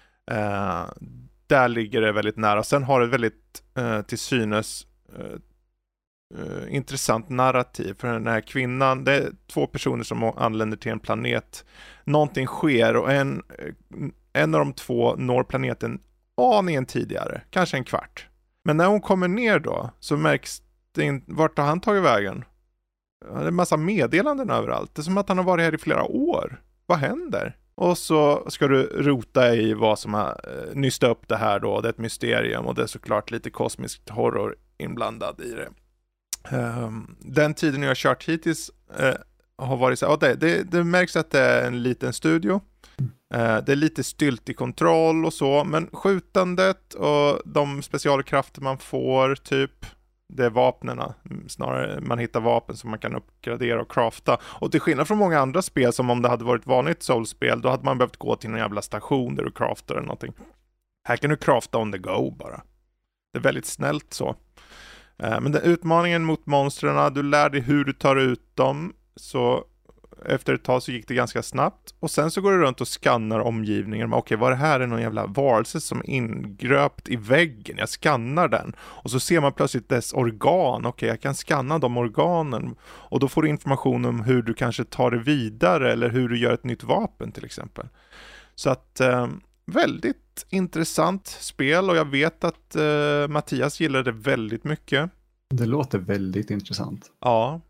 Där ligger det väldigt nära. Sen har det väldigt till synes intressant narrativ. För den här kvinnan, det är 2 personer som anländer till en planet. Någonting sker och en av de 2 når planeten aningen tidigare. Kanske en kvart. Men när hon kommer ner då så märks det vart har han tagit vägen? Det är en massa meddelanden överallt. Det är som att han har varit här i flera år. Vad händer? Och så ska du rota i vad som har nystat upp det här då. Det är ett mysterium och det är såklart lite kosmisk horror inblandad i det. Den tiden jag har kört hittills har varit så här, det märks att det är en liten studio. Det är lite stylt i kontroll och så, men skjutandet och de specialkrafter man får, typ, det är vapnena. Snarare man hittar vapen som man kan uppgradera och crafta. Och till skillnad från många andra spel, som om det hade varit vanligt Souls-spel, då hade man behövt gå till någon jävla station där du craftar eller någonting. Här kan du crafta on the go bara. Det är väldigt snällt så. Men den utmaningen mot monstren, du lär dig hur du tar ut dem, så efter ett tag så gick det ganska snabbt. Och sen så går du runt och skannar omgivningen. Okej, vad är det här? Är någon jävla varelse som är ingröpt i väggen? Jag skannar den. Och så ser man plötsligt dess organ. Okej, jag kan skanna de organen. Och då får du information om hur du kanske tar det vidare. Eller hur du gör ett nytt vapen till exempel. Så att väldigt intressant spel. Och jag vet att Mattias gillar det väldigt mycket. Det låter väldigt intressant. Ja.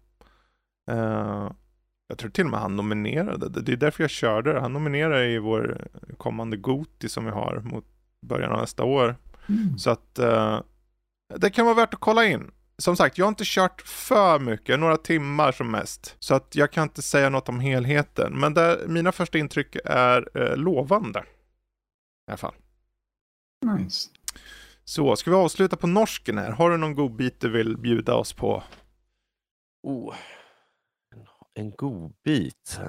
Jag tror till och med han nominerade det. Det är därför jag körde det. Han nominerar i vår kommande Goti som vi har mot början av nästa år. Så att det kan vara värt att kolla in. Som sagt, jag har inte kört för mycket. Några timmar som mest. Så att jag kan inte säga något om helheten. Men mina första intryck är lovande. I alla fall. Nice. Så, ska vi avsluta på norsken här? Har du någon god bit du vill bjuda oss på? En god bit.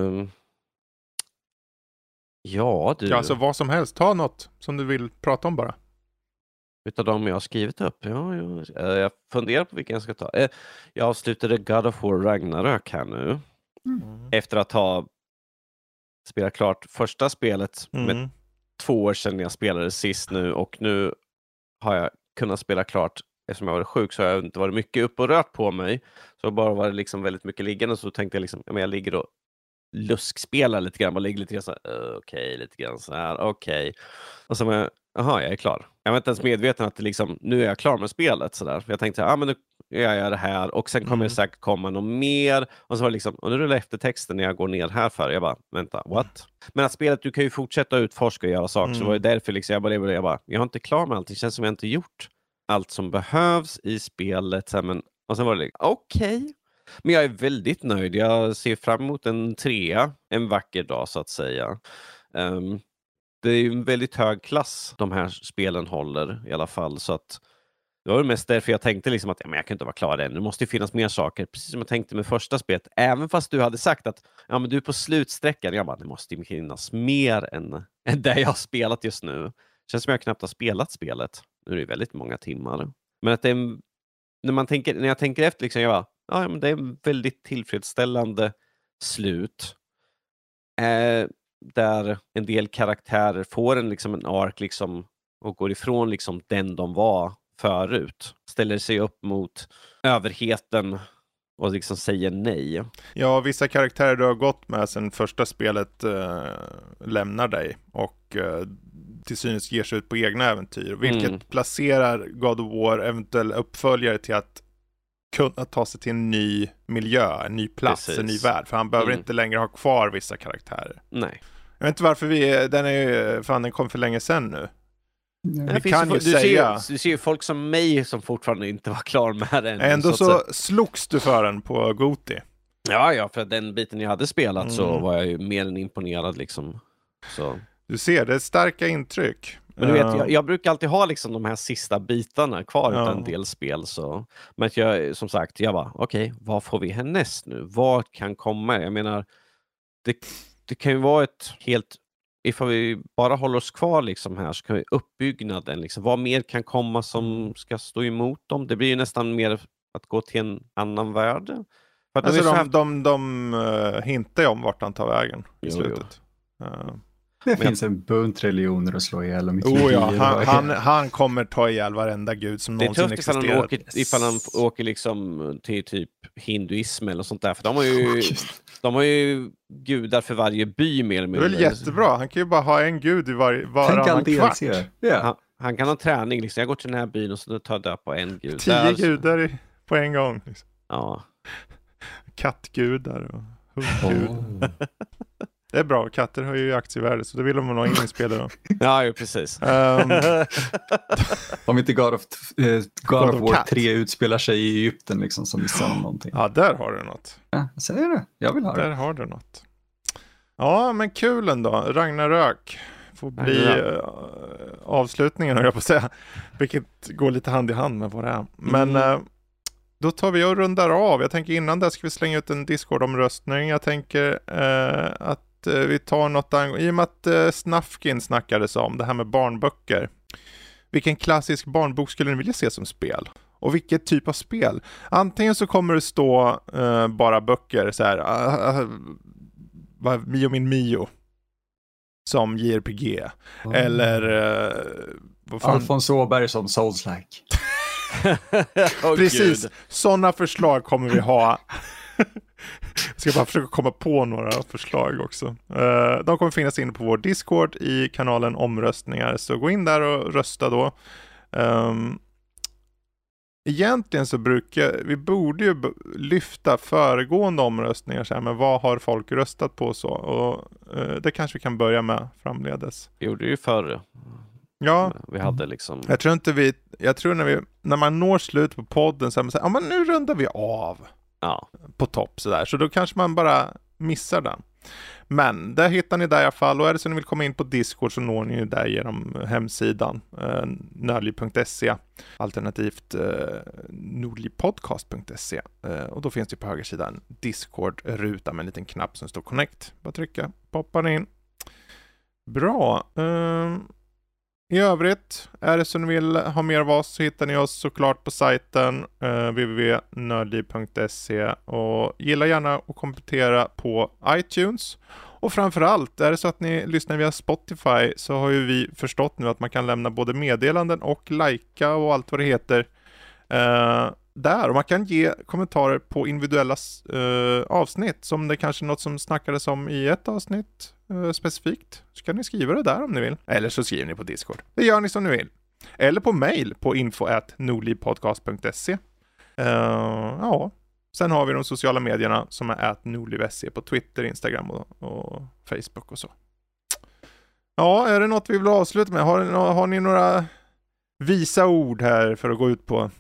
Ja, du. Ja, alltså vad som helst. Ta något som du vill prata om bara. Utav dem jag har skrivit upp. Ja, jag funderar på vilken jag ska ta. Jag avslutade God of War Ragnarök här nu. Efter att ha spelat klart första spelet med 2 år sedan jag spelade sist nu. Och nu har jag kunnat spela klart. Eftersom jag var sjuk så har jag inte varit mycket upp och rört på mig. Så bara var det liksom väldigt mycket liggande. Så tänkte jag liksom, jag ligger och luskspelar lite grann. Bara ligger lite grann så här, okej, lite grann så här, okej. Och så jag är klar. Jag var inte ens medveten att det liksom, nu är jag klar med spelet. Så där. Jag tänkte, men nu gör jag det här. Och sen kommer det säkert komma något mer. Och så var det liksom, och nu rullar efter texten när jag går ner här för. Jag bara, vänta, what? Men att spelet, du kan ju fortsätta utforska och göra saker. Så var det därför liksom, jag har inte klar med allting. Det känns som jag inte gjort allt som behövs i spelet. Och sen var det okej. Men jag är väldigt nöjd. Jag ser fram emot en 3, en vacker dag så att säga. Det är ju en väldigt hög klass de här spelen håller i alla fall. Så att Det var det mest därför jag tänkte liksom att men jag kan inte vara klar än. Det måste ju finnas mer saker. Precis som jag tänkte med första spelet. Även fast du hade sagt att men du är på slutsträckan. Jag bara, det måste ju finnas mer än det jag har spelat just nu. Det känns som jag knappt har spelat spelet. Nu är det väldigt många timmar. Men att det är, när jag tänker efter liksom, jag bara, men det är en väldigt tillfredsställande slut. Där en del karaktärer får en ark liksom, och går ifrån liksom den de var förut. Ställer sig upp mot överheten och liksom säger nej. Ja, vissa karaktärer du har gått med sedan första spelet lämnar dig och till synes ger sig ut på egna äventyr. Vilket placerar God of War eventuell uppföljare till att kunna ta sig till en ny miljö, en ny plats, en ny värld. För han behöver inte längre ha kvar vissa karaktärer. Nej. Jag vet inte varför den kom för länge sedan nu. Vi kan ju säga... Du ser ju folk som mig som fortfarande inte var klar med den. Ändå så slogs du för den på Goti. Ja, för den biten jag hade spelat så var jag ju mer än imponerad liksom. Så. Du ser, det är starka intryck. Men du vet, jag brukar alltid ha liksom de här sista bitarna kvar utan en del spel. Så. Men som sagt, jag bara, okej, vad får vi härnäst nu? Vad kan komma? Jag menar, det kan ju vara ett helt... Ifall vi bara håller oss kvar liksom här så kan vi uppbyggnaden liksom, vad mer kan komma som ska stå emot dem? Det blir ju nästan mer att gå till en annan värld. För att alltså de hintar ju om vart han tar vägen i slutet. Det finns en bunt religioner att slå ihjäl. Han kommer ta ihjäl varenda gud som någonsin existerat. Det är tufft ifall han åker liksom till typ hinduism eller sånt där. För de har ju gudar för varje by mer eller mindre. Det är väl jättebra. Han kan ju bara ha en gud i varannan kvart. Yeah. Han kan ha träning. Liksom. Jag går till den här byn och så tar jag död på en gud. 10 gudar på en gång. Liksom. Ja. Kattgudar och hundgudar. Det är bra, katter har ju aktievärde så det vill de ha in i spelet då. Ja, ju precis. Om inte God of War 3 utspelar sig i Egypten liksom som missar någonting. Ja, där har du något. Ja, säger det. Jag vill ha det. Där har du något. Ja, men kul ändå. Ragnarök får bli avslutningen, höll jag på att säga. Vilket går lite hand i hand med vad det är. Men då tar vi och rundar av. Jag tänker innan där ska vi slänga ut en Discord-omröstning. Jag tänker att vi tar något i och med att Snafkin snackades om det här med barnböcker. Vilken klassisk barnbok skulle ni vilja se som spel? Och vilket typ av spel? Antingen så kommer det stå bara böcker så här Mio min Mio som JRPG eller Alfons Åberg som Souls-like. Precis, sådana förslag kommer vi ha. Jag ska bara försöka komma på några förslag också. De kommer finnas inne på vår Discord i kanalen omröstningar, så gå in där och rösta då. Egentligen så vi borde ju lyfta föregående omröstningar så här, men vad har folk röstat på så? Och det kanske vi kan börja med framledes. Vi gjorde ju förr. Ja. Vi hade liksom... Jag tror när man når slut på podden så här, men nu rundar vi av på topp sådär. Så då kanske man bara missar den. Men där hittar ni där i alla fall. Och är det så ni vill komma in på Discord så når ni ju där genom hemsidan nördliv.se, alternativt nordlivpodcast.se. Och då finns det på högersidan Discord-ruta med en liten knapp som står Connect. Bara trycka, poppar in. Bra. I övrigt, är det så ni vill ha mer av oss så hittar ni oss såklart på sajten www.nördliv.se och gilla gärna och kommentera på iTunes. Och framförallt, är det så att ni lyssnar via Spotify så har ju vi förstått nu att man kan lämna både meddelanden och likea och allt vad det heter där. Och man kan ge kommentarer på individuella avsnitt, som det kanske är något som snackades om i ett avsnitt specifikt, så kan ni skriva det där om ni vill. Eller så skriver ni på Discord. Det gör ni som ni vill. Eller på mail på info@nordlivpodcast.se. Ja. Sen har vi de sociala medierna som är @nordliv.se på Twitter, Instagram och Facebook och så. Ja, är det något vi vill avsluta med? Har ni några visa ord här för att gå ut på?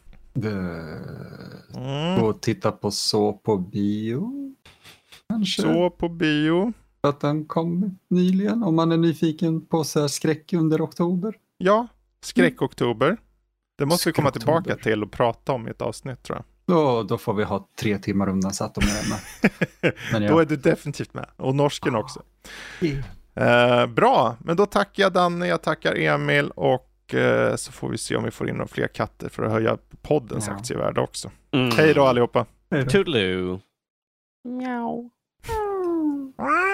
Och titta på Så på bio. Kanske. Så på bio. Att den kom nyligen, om man är nyfiken på så här skräck under oktober. Ja, skräck-oktober. Det måste vi komma tillbaka till och prata om i ett avsnitt, tror jag. Då får vi ha 3 timmar undansatt om jag är med. Men Då är du definitivt med. Och norsken också. Bra, men då tackar jag Danne, jag tackar Emil och så får vi se om vi får in några fler katter för att höja poddens aktievärde också. Hej då allihopa. Toodaloo. Meow.